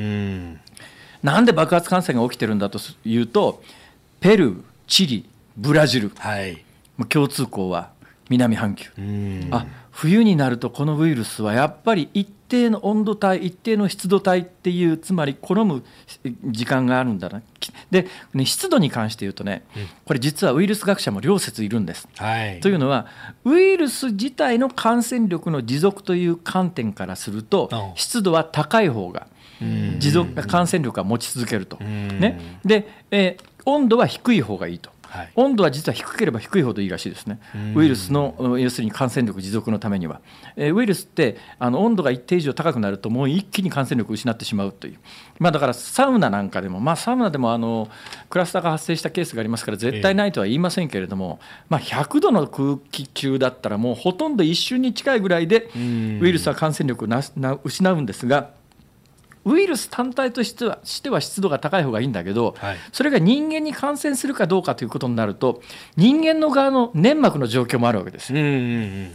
なんで爆発感染が起きてるんだというと、ペルー、チリ、ブラジル、はい、共通項は南半球。うん、あ、冬になるとこのウイルスはやっぱり一定の温度帯、一定の湿度帯っていう、つまり好む時間があるんだな。で、ね、湿度に関して言うとね、うん、これ実はウイルス学者も両説いるんです、はい、というのはウイルス自体の感染力の持続という観点からすると、湿度は高い方が持続感染力が持ち続けると、ね、で、えー、温度は低い方がいいと。はい、温度は実は低ければ低いほどいいらしいですね。ウイルスの要するに感染力持続のためには、えー、ウイルスってあの温度が一定以上高くなるともう一気に感染力を失ってしまうという、まあ、だからサウナなんかでも、まあ、サウナでもあのクラスターが発生したケースがありますから絶対ないとは言いませんけれども、まあ、ひゃくどの空気中だったらもうほとんど一瞬に近いぐらいでウイルスは感染力をなな失うんですが、ウイルス単体としては、しては湿度が高い方がいいんだけど、はい、それが人間に感染するかどうかということになると、人間の側の粘膜の状況もあるわけです。うんうんうん、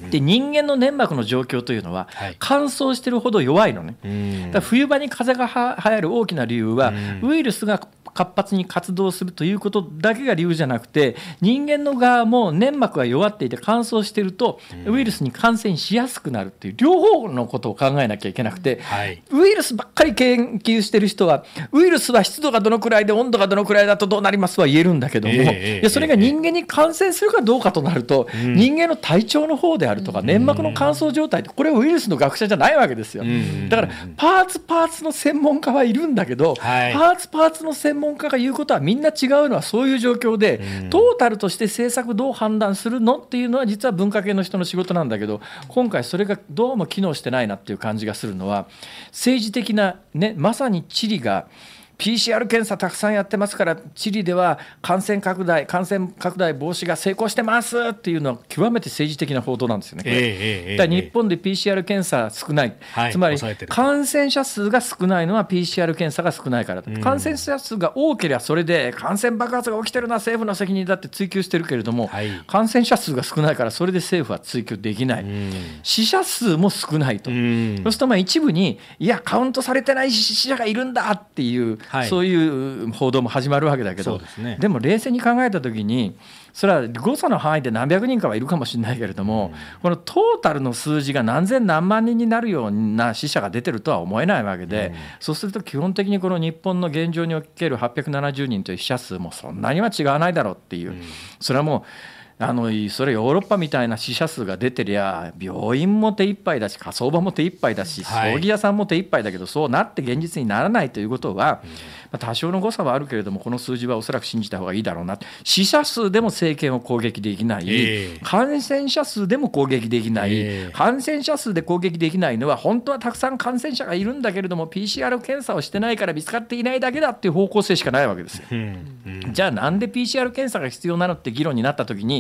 で、人間の粘膜の状況というのは、はい、乾燥してるほど弱いのね。だから冬場に風邪がは流行る大きな理由は、ウイルスが活発に活動するということだけが理由じゃなくて、人間の側も粘膜が弱っていて乾燥しているとウイルスに感染しやすくなるっていう両方のことを考えなきゃいけなくて、はい、ウイルスばっかり研究してる人はウイルスは湿度がどのくらいで温度がどのくらいだとどうなりますは言えるんだけども、えー、いやそれが人間に感染するかどうかとなると、うん、人間の体調の方であるとか粘膜の乾燥状態ってこれはウイルスの学者じゃないわけですよ。だからパーツパーツの専門家はいるんだけど、はい、パーツパーツの専門家が言うことはみんな違うのはそういう状況で、うん、トータルとして政策どう判断するのっていうのは実は文化系の人の仕事なんだけど、今回それがどうも機能してないなっていう感じがするのは、政治的な、ね、まさにチリがピーシーアール 検査たくさんやってますからチリでは感染拡大感染拡大防止が成功してますっていうのは極めて政治的な報道なんですよね。これ、えー、だから日本で ピーシーアール 検査少ない、はい、つまり感染者数が少ないのは ピーシーアール 検査が少ないから、うん、感染者数が多ければそれで感染爆発が起きてるのは政府の責任だって追及してるけれども、はい、感染者数が少ないからそれで政府は追及できない、うん、死者数も少ないと、うん、そうするとまあ一部にいやカウントされてない死者がいるんだっていうはい、そういう報道も始まるわけだけど、 で,、ね、でも冷静に考えたときにそれは誤差の範囲で何百人かはいるかもしれないけれども、うん、このトータルの数字が何千何万人になるような死者が出てるとは思えないわけで、うん、そうすると基本的にこの日本の現状におけるはっぴゃくななじゅうにんという死者数もそんなには違わないだろうっていう、うん、それはもうあのそれヨーロッパみたいな死者数が出てりゃ病院も手一杯だし火葬場も手一杯だし、はい、葬儀屋さんも手一杯だけどそうなって現実にならないということは、うん、まあ、多少の誤差はあるけれどもこの数字はおそらく信じた方がいいだろうな。死者数でも政権を攻撃できない、えー、感染者数でも攻撃できない、えー、感染者数で攻撃できないのは本当はたくさん感染者がいるんだけれども ピーシーアール 検査をしてないから見つかっていないだけだっていう方向性しかないわけですよ、うんうん、じゃあなんで ピーシーアール 検査が必要なのって議論になったときに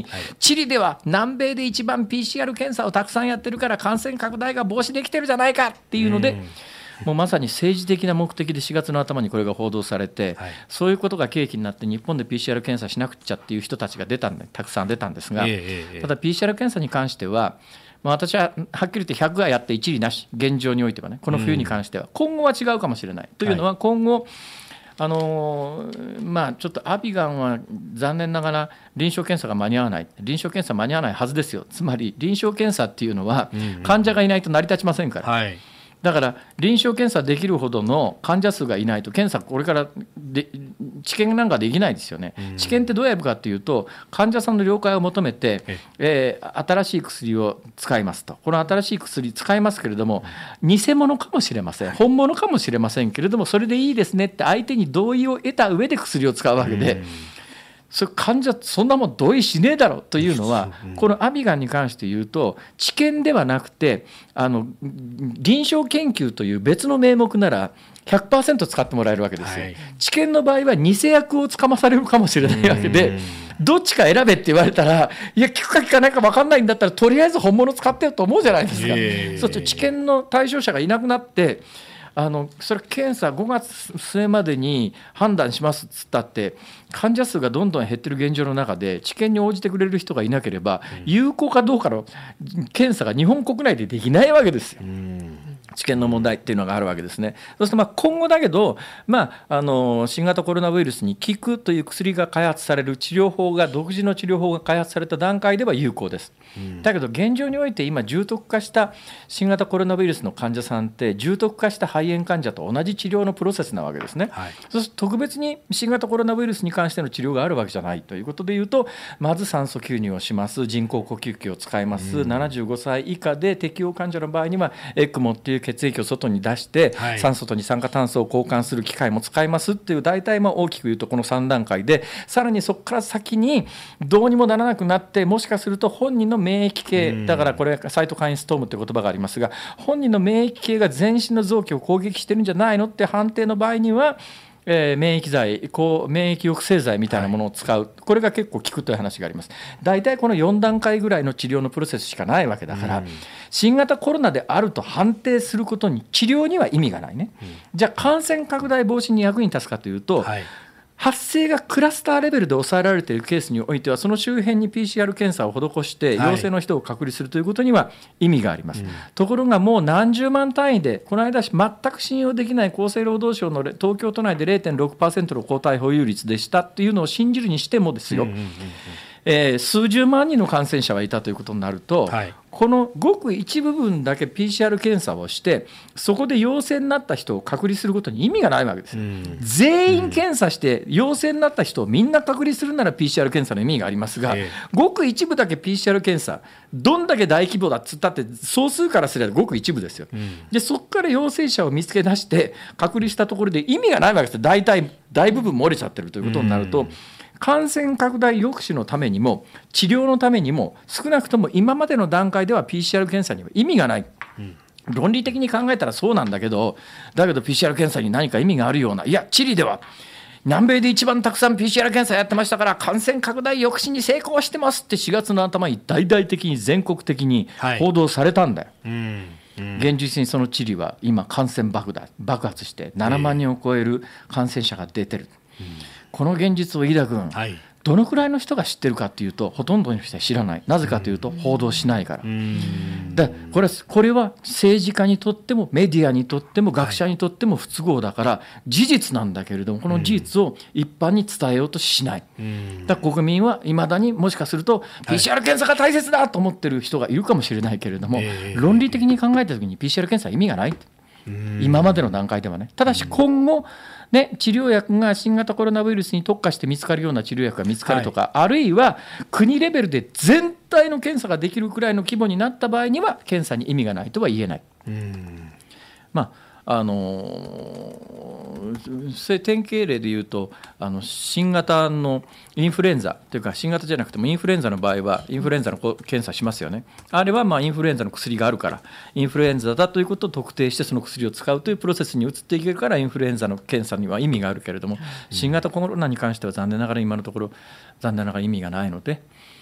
はい、チリでは南米で一番 ピーシーアール 検査をたくさんやってるから感染拡大が防止できてるじゃないかっていうので、うん、もうまさに政治的な目的でしがつの頭にこれが報道されて、はい、そういうことが契機になって日本で ピーシーアール 検査しなくちゃっていう人たちが出たんでたくさん出たんですが、えー、ただ ピーシーアール 検査に関してはまあ、私ははっきり言ってひゃくがやって一理なし、現状においてはね、この冬に関しては、うん、今後は違うかもしれない。というのは今後、はい、あのーまあ、ちょっとアビガンは残念ながら臨床検査が間に合わない、臨床検査間に合わないはずですよ。つまり臨床検査っていうのは患者がいないと成り立ちませんから、うんうん、はい、だから臨床検査できるほどの患者数がいないと検査これからで治験なんかできないですよね、うん、治験ってどうやるかというと患者さんの了解を求めて、えー、新しい薬を使いますと、この新しい薬使いますけれども偽物かもしれません、本物かもしれませんけれどもそれでいいですねって相手に同意を得た上で薬を使うわけで、うん、それ患者そんなもん同意しねえだろというのは、このアビガンに関して言うと治験ではなくてあの臨床研究という別の名目なら ひゃくパーセント 使ってもらえるわけですよ、はい、治験の場合は偽薬をつかまされるかもしれないわけで、どっちか選べって言われたらいや効くか効かないか分かんないんだったらとりあえず本物使ってよと思うじゃないですか、えー、そうすると治験の対象者がいなくなってあのそれ検査ごがつ末までに判断しますっつったって患者数がどんどん減ってる現状の中で治験に応じてくれる人がいなければ有効かどうかの検査が日本国内でできないわけですよ。うん治験の問題っていうのがあるわけですね。そしてまあ今後だけど、まあ、あの新型コロナウイルスに効くという薬が開発される治療法が独自の治療法が開発された段階では有効です、うん、だけど現状において今重篤化した新型コロナウイルスの患者さんって重篤化した肺炎患者と同じ治療のプロセスなわけですね、はい、そうすると特別に新型コロナウイルスに関しての治療があるわけじゃないということでいうとまず酸素吸入をします、人工呼吸器を使います、うん、ななじゅうごさい以下で適応患者の場合にはエクモっていう血液を外に出して、はい、酸素と二酸化炭素を交換する機械も使いますっていう大体まあ大きく言うとこのさん段階でさらにそこから先にどうにもならなくなってもしかすると本人の免疫系だからこれサイトカインストームって言葉がありますが本人の免疫系が全身の臓器を攻撃してるんじゃないのって判定の場合にはえー、免疫剤こう免疫抑制剤みたいなものを使う、はい、これが結構効くという話があります。大体このよん段階ぐらいの治療のプロセスしかないわけだから、うん、新型コロナであると判定することに治療には意味がないね、うん、じゃあ感染拡大防止に役に立つかというと、はい、発生がクラスターレベルで抑えられているケースにおいてはその周辺に ピーシーアール 検査を施して陽性の人を隔離するということには意味があります、はい、ところがもう何十万単位でこの間全く信用できない厚生労働省の東京都内で れいてんろくパーセント の抗体保有率でしたというのを信じるにしてもですよ、うんうんうんうんえー、数十万人の感染者がいたということになると、はい、このごく一部分だけ ピーシーアール 検査をしてそこで陽性になった人を隔離することに意味がないわけです、うん、全員検査して陽性になった人をみんな隔離するなら ピーシーアール 検査の意味がありますが、えー、ごく一部だけ ピーシーアール 検査どんだけ大規模だっつったって総数からすればごく一部ですよ、うん、でそこから陽性者を見つけ出して隔離したところで意味がないわけです。大体大部分漏れちゃってるということになると、うん感染拡大抑止のためにも治療のためにも少なくとも今までの段階では ピーシーアール 検査には意味がない、うん、論理的に考えたらそうなんだけどだけど ピーシーアール 検査に何か意味があるようないやチリでは南米で一番たくさん ピーシーアール 検査やってましたから感染拡大抑止に成功してますってしがつの頭に大々的に全国的に報道されたんだよ、はいうんうん、現実にそのチリは今感染爆発、爆発してななまんにんを超える感染者が出てる、うんこの現実を飯田君、はい、どのくらいの人が知ってるかというとほとんどの人は知らない。なぜかというと報道しないから。でこれは、これは政治家にとってもメディアにとっても学者にとっても不都合だから事実なんだけれどもこの事実を一般に伝えようとしない。だから国民はいまだにもしかすると ピーシーアール 検査が大切だと思ってる人がいるかもしれないけれども、論理的に考えたときに ピーシーアール 検査は意味がない。今までの段階ではね。ただし今後ね、治療薬が新型コロナウイルスに特化して見つかるような治療薬が見つかるとか、はい、あるいは国レベルで全体の検査ができるくらいの規模になった場合には検査に意味がないとは言えない。うんまああのー、典型例で言うとあの新型のインフルエンザというか新型じゃなくてもインフルエンザの場合はインフルエンザの検査しますよね。あれはまあインフルエンザの薬があるからインフルエンザだということを特定してその薬を使うというプロセスに移っていけるからインフルエンザの検査には意味があるけれども新型コロナに関しては残念ながら今のところ残念ながら意味がないので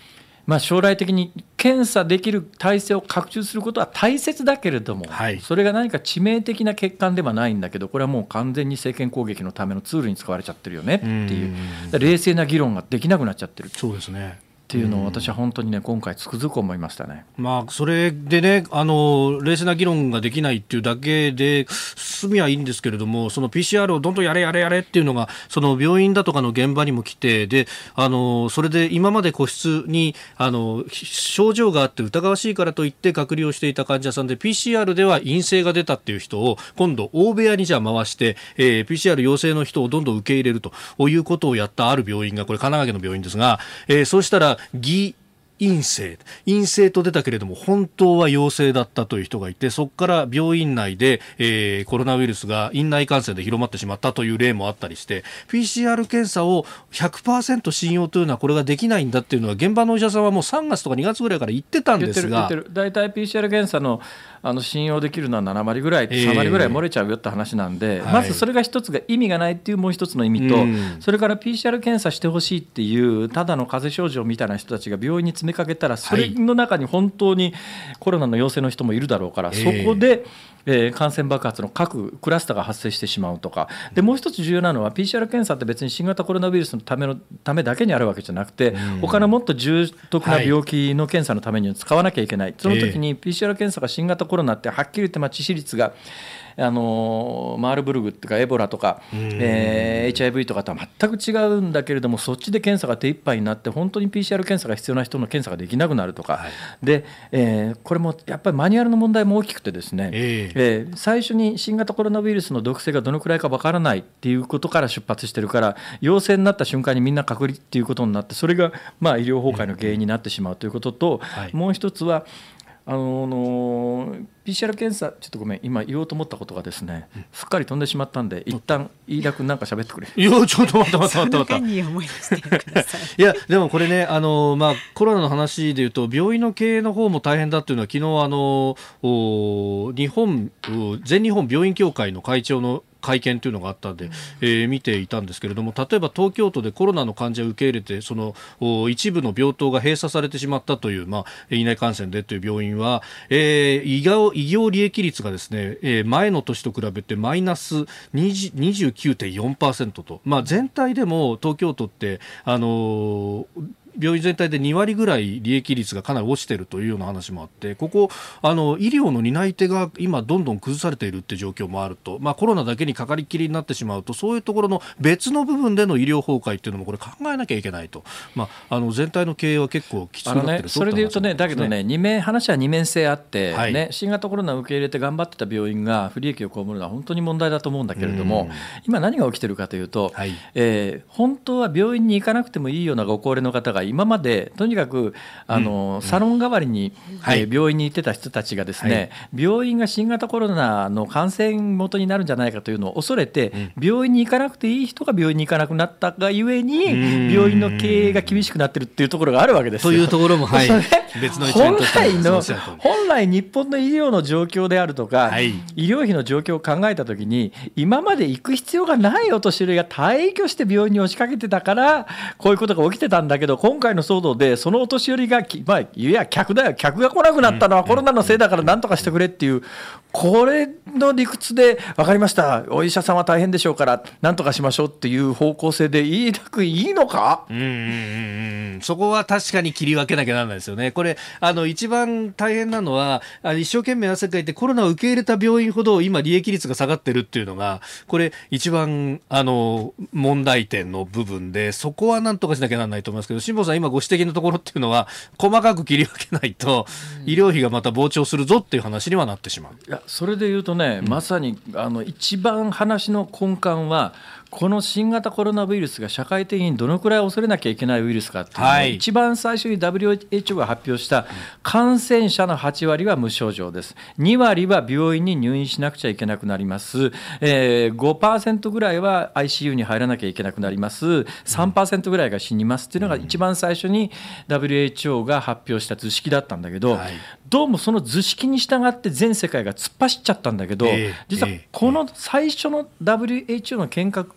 まあ、将来的に検査できる体制を拡充することは大切だけれども、はい、それが何か致命的な欠陥ではないんだけど、これはもう完全に政権攻撃のためのツールに使われちゃってるよねっていう、冷静な議論ができなくなっちゃってる。 そうですねっていうのを私は本当にね今回つくづく思いましたね。 まあ、それでねあの冷静な議論ができないっていうだけで済みはいいんですけれども、その ピーシーアール をどんどんやれやれやれっていうのがその病院だとかの現場にも来て、であのそれで今まで個室にあの症状があって疑わしいからといって隔離をしていた患者さんで ピーシーアール では陰性が出たっていう人を今度大部屋にじゃあ回して、えー、ピーシーアール 陽性の人をどんどん受け入れるということをやったある病院が、これ神奈川県の病院ですが、えー、そうしたら偽陰性陰性と出たけれども本当は陽性だったという人がいて、そこから病院内で、えー、コロナウイルスが院内感染で広まってしまったという例もあったりして、 ピーシーアール 検査を ひゃくパーセント 信用というのはこれができないんだっていうのは現場のお医者さんはもうさんがつとかにがつぐらいから言ってたんですが、 だいたい ピーシーアール 検査のあの信用できるのはななわりぐらい、さんわりぐらい漏れちゃうよって話なんで、えー、まずそれが一つが意味がないっていうもう一つの意味と、はい、それから ピーシーアール 検査してほしいっていうただの風邪症状みたいな人たちが病院に詰めかけたら、それの中に本当にコロナの陽性の人もいるだろうから、はい、そこで、えー、感染爆発の各クラスターが発生してしまうとかで、もう一つ重要なのは ピーシーアール 検査って別に新型コロナウイルスのためのためだけにあるわけじゃなくて、他のもっと重篤な病気の検査のために使わなきゃいけない、はい、その時に ピーシーアール 検査が新型コロナってはっきり言ってまあ致死率があのマールブルグっていうかエボラとか、えー、エイチアイブイ とかとは全く違うんだけれども、そっちで検査が手一杯になって本当に ピーシーアール 検査が必要な人の検査ができなくなるとか、はい、で、えー、これもやっぱりマニュアルの問題も大きくてですね、えーえー、最初に新型コロナウイルスの毒性がどのくらいかわからないっていうことから出発してるから、陽性になった瞬間にみんな隔離っていうことになって、それがまあ医療崩壊の原因になってしまうということと、はい、もう一つはあの ピーシーアール 検査、ちょっとごめん今言おうと思ったことがですね、うん、すっかり飛んでしまったんで一旦飯田君なんか喋ってくれ。 いやちょっと待って待って待って待っていやでもこれねあの、まあ、コロナの話でいうと病院の経営の方も大変だっていうのは昨日あの日本全日本病院協会の会長の会見というのがあったんで、えー、見ていたんですけれども、例えば東京都でコロナの患者を受け入れてその一部の病棟が閉鎖されてしまったという、まあ、院内感染でという病院は、えー、医療、医療利益率がですね、えー、前の年と比べてマイナス にじゅうきゅうてんよんパーセント と、まあ、全体でも東京都ってあのー病院全体でにわりぐらい利益率がかなり落ちているというような話もあって、ここあの医療の担い手が今どんどん崩されているという状況もあると、まあ、コロナだけにかかりきりになってしまうと、そういうところの別の部分での医療崩壊というのもこれ考えなきゃいけないと、まあ、あの全体の経営は結構きつくなっている、 ね、それでいうとね、だけどね、二面話は二面性あって、はいね、新型コロナを受け入れて頑張ってた病院が不利益を被るのは本当に問題だと思うんだけれども、今何が起きているかというと、はいえー、本当は病院に行かなくてもいいようなご高齢の方が今までとにかくあの、うん、サロン代わりに、うんえー、病院に行ってた人たちがですね、はい、病院が新型コロナの感染元になるんじゃないかというのを恐れて、うん、病院に行かなくていい人が病院に行かなくなったがゆえに病院の経営が厳しくなっているっていうところがあるわけですよ。 というところも、はい、別の一面として本来の本来日本の医療の状況であるとか、はい、医療費の状況を考えたときに今まで行く必要がないお年寄りが大挙して病院に押しかけてたからこういうことが起きてたんだけど、今回の騒動でそのお年寄りが、まあ、いや客だよ、客が来なくなったのはコロナのせいだから何とかしてくれっていう、これの理屈で分かりました、お医者さんは大変でしょうから何とかしましょうっていう方向性で飯田君いいのか。 うんうんうんうん、そこは確かに切り分けなきゃならないですよね。これあの一番大変なのはあの一生懸命汗かいてコロナを受け入れた病院ほど今利益率が下がってるっていうのがこれ一番あの問題点の部分で、そこは何とかしなきゃならないと思いますけど、辛坊さん今ご指摘のところっていうのは細かく切り分けないと医療費がまた膨張するぞっていう話にはなってしまう。 いやそれで言うとね、うん、まさにあの一番話の根幹はこの新型コロナウイルスが社会的にどのくらい恐れなきゃいけないウイルスかっていうのを、はい、一番最初に ダブリューエイチオー が発表した感染者のはちわりは無症状です。にわりは病院に入院しなくちゃいけなくなります、えー、ごパーセント ぐらいは アイシーユー に入らなきゃいけなくなります、さんパーセント ぐらいが死にますっていうのが一番最初に ダブリューエイチオー が発表した図式だったんだけど、はい、どうもその図式に従って全世界が突っ走っちゃったんだけど、えー、実はこの最初の ダブリューエイチオー の見学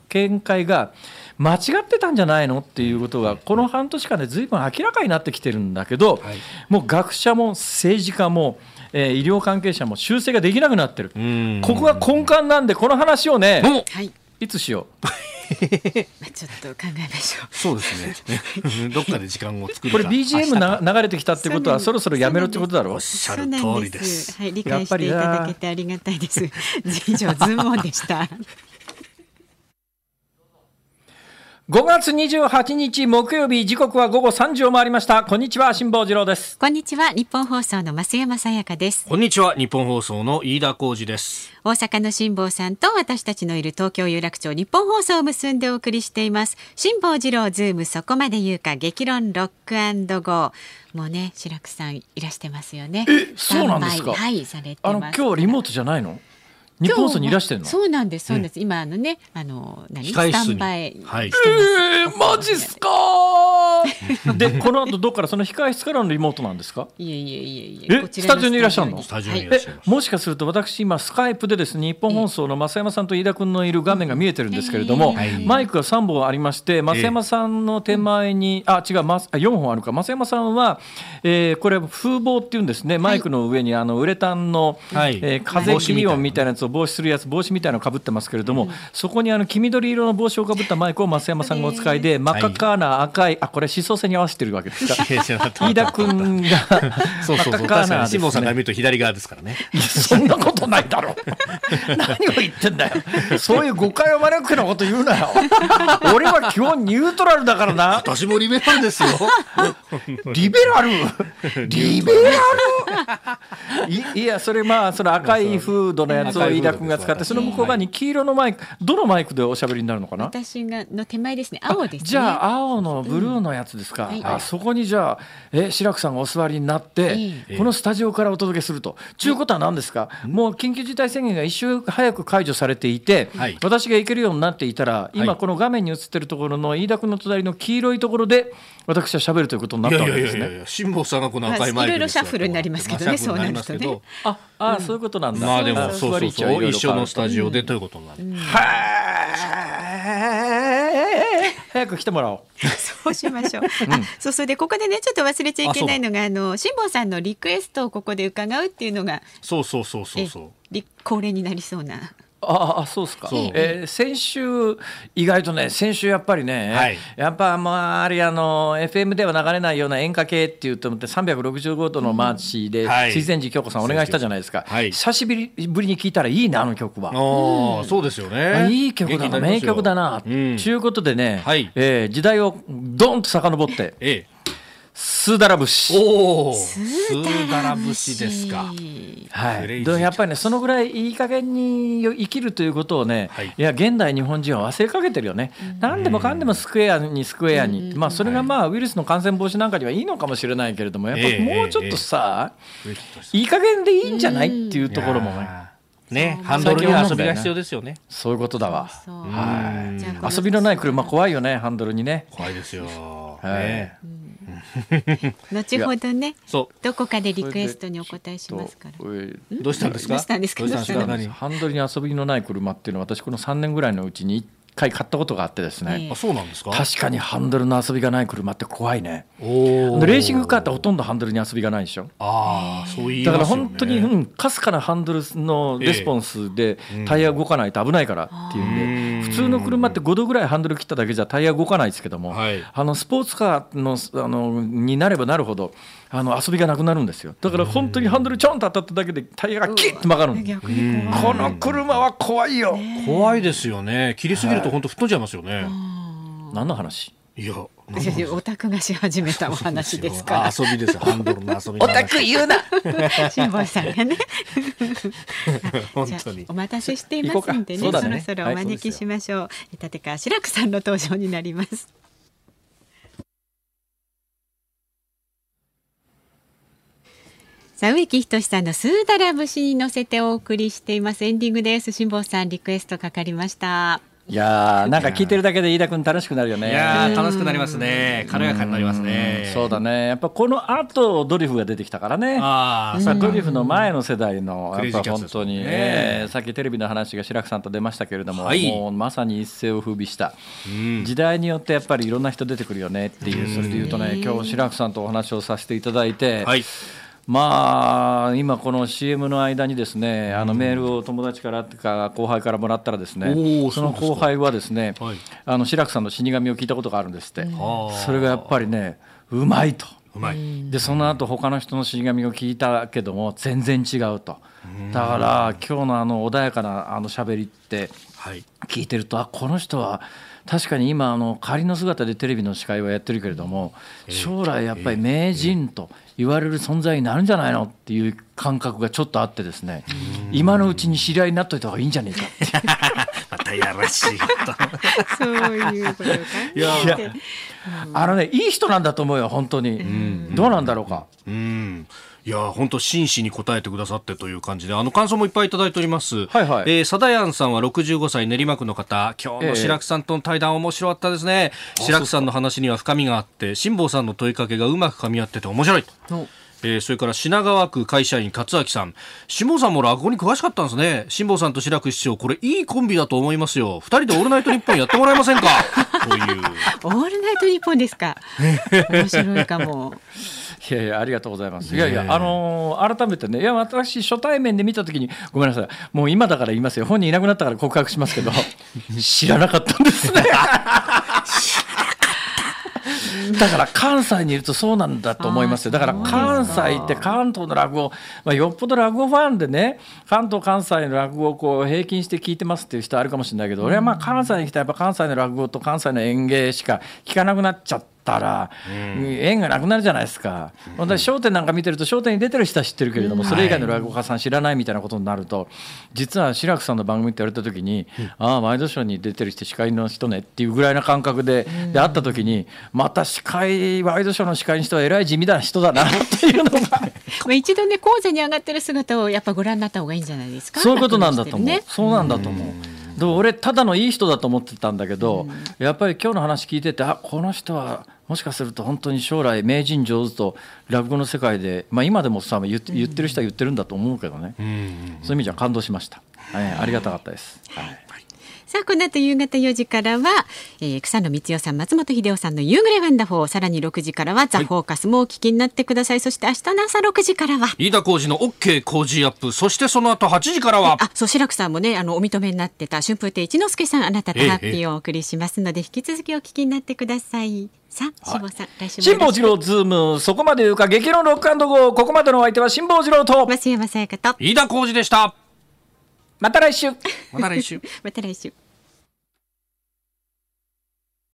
見解が間違ってたんじゃないのっていうことがこの半年間で随分明らかになってきてるんだけど、はい、もう学者も政治家も、えー、医療関係者も修正ができなくなってる。ここが根幹なんで、この話をね、はい、いつしようちょっと考えましょう。 そうですねどっかで時間を作るか。 これ ビージーエム な流れてきたってことはそろそろやめろってことだろう。 おっしゃる通りです。 はい、理解していただけてありがたいです。以上ズームオンでしたごがつにじゅうはちにち木曜日、時刻は午後さんじを回りました。こんにちは、辛坊治郎です。 こんにちは、日本放送の増山さやかです。 こんにちは、日本放送の飯田浩司です。 大阪の辛坊さんと私たちのいる東京有楽町日本放送を結んでお送りしています。辛坊治郎ズームそこまで言うか、激論ロック&ゴー。もうね、志らくさんいらしてますよね。 え、そうなんですか。 はい、されてます。 あの今日リモートじゃないの？日本放送にいらしてるの？ そうなんです、そうなんです。今あのね、あの何スタンバイ、 はい、えー、マジっすかで、この後どっからその控室からのリモートなんですか？ いえいえいえいえ、 え、スタジオにいらっしゃるの？ スタジオにいらっしゃいます。 もしかすると私今スカイプでですね、日本放送の増山さんと飯田君のいる画面が見えてるんですけれども、えー、マイクがさんぼんありまして、増山さんの手前に、えー、あ違う、よんほんあるか。増山さんは、えー、これ風防っていうんですね、マイクの上にあのウレタンの、はい、えー、風切り音みたいなやつを防止するやつ、帽子みたいなのを被ってますけれども、うん、そこにあの黄緑色の帽子をかぶったマイクを増山さんがお使いで、真っ赤っかな赤い、あ、これ思想性に合わせてるわけですか。飯田君がそうそうそう、確かに辛坊さんから見ると左側ですからね。 そんなことないだろう何を言ってんだよ。そういう誤解を招くようなこと言うなよ俺は基本ニュートラルだからな。 私もリベラルですよリベラルリベラル い, いやそれまあその赤いフードのやつを飯田君が使って、その向こう側に黄色のマイク、どのマイクでおしゃべりになるのかな。 私がの手前ですね、青ですね。 じゃあ青のブルーのやつですか、うん、はい、あそこにじゃあえ志らくさんがお座りになって、えー、このスタジオからお届けすると、ということは何ですか、うん、もう緊急事態宣言が一週早く解除されていて、はい、私が行けるようになっていたら、今この画面に映ってるところの飯田君の隣の黄色いところで私は喋るということになったわけですね。いやいやいや、 辛坊さんがこの赤いマイクですよ。いろいろシャッフルになりますけどね、そうなるとね。 ああ、うん、そういうことなんだ。 まあでもそうそうそう、一緒のスタジオでということになる、うん、はー早く来てもらおうそうしましょう、うん、あ、そうそれでここでねちょっと忘れちゃいけないのが、あの辛坊さんのリクエストをここで伺うっていうのが、 そうそうそうそうそう、 恒例になりそうな。 ああ、そうですか。えー、先週意外とね、先週やっぱりね、はい、やっぱまああれあの エフエム では流れないような演歌系っていうと思ってさんびゃくろくじゅうごどのマーチで水前寺京子さんお願いしたじゃないですか、はい、久しぶりに聞いたらいいな、あの曲は。 あ、うん、そうですよね。 いい曲だな、名曲だなと、うん、いうことでね、はい、えー、時代をドンと遡って、ええ、スーダラ節。 おー、スーダラ節ですか。 はい、でやっぱりね、そのぐらいいい加減に生きるということをね、はい、いや現代日本人は忘れかけてるよね、うん、何でもかんでもスクエアにスクエアに、うん、まあ、それがまあウイルスの感染防止なんかにはいいのかもしれないけれども、やっぱもうちょっとさ、えーえー、いい加減でいいんじゃないっていうところもね、 ね、ハンドルに遊びが必要ですよね。 そういうことだわ。そうそう、はい、遊びのない車怖いよね、ハンドルにね。 怖いですよ、 はい、ね、うん後ほどね、どこかでリクエストにお答えしますから。 どうしたんですか。 どうしたんですか。 ハンドルに遊びのない車っていうのは私このさんねんぐらいのうちにいっかい買ったことがあってですね、 えー、あ、そうなんですか。 確かにハンドルの遊びがない車って怖いね。おレーシングカーってほとんどハンドルに遊びがないでしょ。 あ、そう言いだますよね。 から本当に、うん、かすかなハンドルのレスポンスでタイヤ動かないと危ないからっていうんで、えー、普通の車ってごどぐらいハンドル切っただけじゃタイヤ動かないですけども、はい、あのスポーツカー の, あのになればなるほどあの遊びがなくなるんですよ。だから本当にハンドルちょんと当たっただけでタイヤがキッと曲がるの。この車は怖いよ、ね、 怖いですよね。切りすぎると本当吹っ飛んじゃいますよね。はい、 何の話。 いや、 オタクがし始めたお話ですから。 遊びですよ、ハンドルの遊びの話。 オタク言うな辛坊さんがね本当にお待たせしていますんで ね, そ, ねそろそろお招きしましょう、はい、立川志らくさんの登場になります。さあ、植木仁さんのスーダラ節に乗せてお送りしています。エンディングです。辛坊さんリクエストかかりました。 いやーなんか聞いてるだけで飯田君楽しくなるよね。 いや楽しくなりますね。軽やかになりますね。 そうだね。やっぱこの後ドリフが出てきたからね。ああ、ドリフの前の世代のやっぱ本当に、ねえー、さっきテレビの話が志らくさんと出ましたけれども、はい、もうまさに一世を風靡した、うん、時代によってやっぱりいろんな人出てくるよねっていう。それでいうとね、今日志らくさんとお話をさせていただいて、はい、まあ今この シーエム の間にですね、あのメールを友達からとか後輩からもらったらですね、その後輩はですね、はい、あの志らくさんの死神を聞いたことがあるんですって。それがやっぱりねうまいと。うまいでその後他の人の死神を聞いたけども全然違うと。だから今日のあの穏やかなあの喋りって聞いてると、あこの人は確かに今あの仮の姿でテレビの司会はやってるけれども、将来やっぱり名人と言われる存在になるんじゃないのっていう感覚がちょっとあってですね、今のうちに知り合いになっといた方がいいんじゃねえかってまたやらしいことそういうことか。いやいやあのねいい人なんだと思うよ本当に。うんどうなんだろうか。うんいや本当真摯に答えてくださってという感じで、あの感想もいっぱいいただいております。はいはい。えー、サダヤンさんはろくじゅうごさい練馬区の方、今日の志らくさんとの対談面白かったですね。えー、志らくさんの話には深みがあって辛坊さんの問いかけがうまく噛み合ってて面白いと。えー、それから品川区会社員勝明さん、辛坊さんも落語に詳しかったんですね。辛坊さんと志らく師匠これいいコンビだと思いますよ。二人でオールナイトニッポンやってもらえませんかというオールナイトニッポンですか。面白いかも。 いやいやありがとうございます。いやいや、あのー、改めてね、いや私初対面で見たときにごめんなさい、もう今だから言いますよ、本人いなくなったから告白しますけど知らなかったんですねだから関西にいるとそうなんだと思いますよ。だから関西って関東の落語、まあ、よっぽど落語ファンでね関東関西の落語をこう平均して聞いてますっていう人あるかもしれないけど、俺はまあ関西に来たらやっぱ関西の落語と関西の演芸しか聞かなくなっちゃったら、うん、縁がなくなるじゃないですか。本当に笑点なんか見てると笑点に出てる人は知ってるけれども、うん、それ以外の落語家さん知らないみたいなことになると、実は志らくさんの番組って言われた時に、うん、ああワイドショーに出てる人司会の人ねっていうぐらいな感覚 で,、うん、で会った時にまた司会ワイドショーの司会の人はえらい地味な人だなっていうのがまあ一度ね講座に上がってる姿をやっぱご覧になった方がいいんじゃないですか。 そういうことなんだと思う、ね、そうなんだと思う、うんで俺ただのいい人だと思ってたんだけど、うん、やっぱり今日の話聞いてて、あこの人はもしかすると本当に将来名人上手と落語の世界で、まあ、今でもさ 言って、言ってる人は言ってるんだと思うけどね、うん、そういう意味じゃ感動しました、はい、ありがたかったです、はいさあこの後夕方よじからは、えー、草野光代さん松本秀夫さんの夕暮れワンダフォー、さらにろくじからはザ・フォーカスもお聞きになってください、はい、そして明日の朝ろくじからは飯田浩司の OK 工事アップ、そしてその後はちじからはあそう志らくさんもねあのお認めになってた春風亭一之輔さんあなたとハッピーをお送りしますので、ええ、引き続きお聞きになってください。さあ辛坊さん、来週も辛坊治郎ズームそこまで言うか激論ロック&ゴー、ここまでのお相手は辛坊治郎と増山さやかと飯田浩司でした。 また来週また来週また来週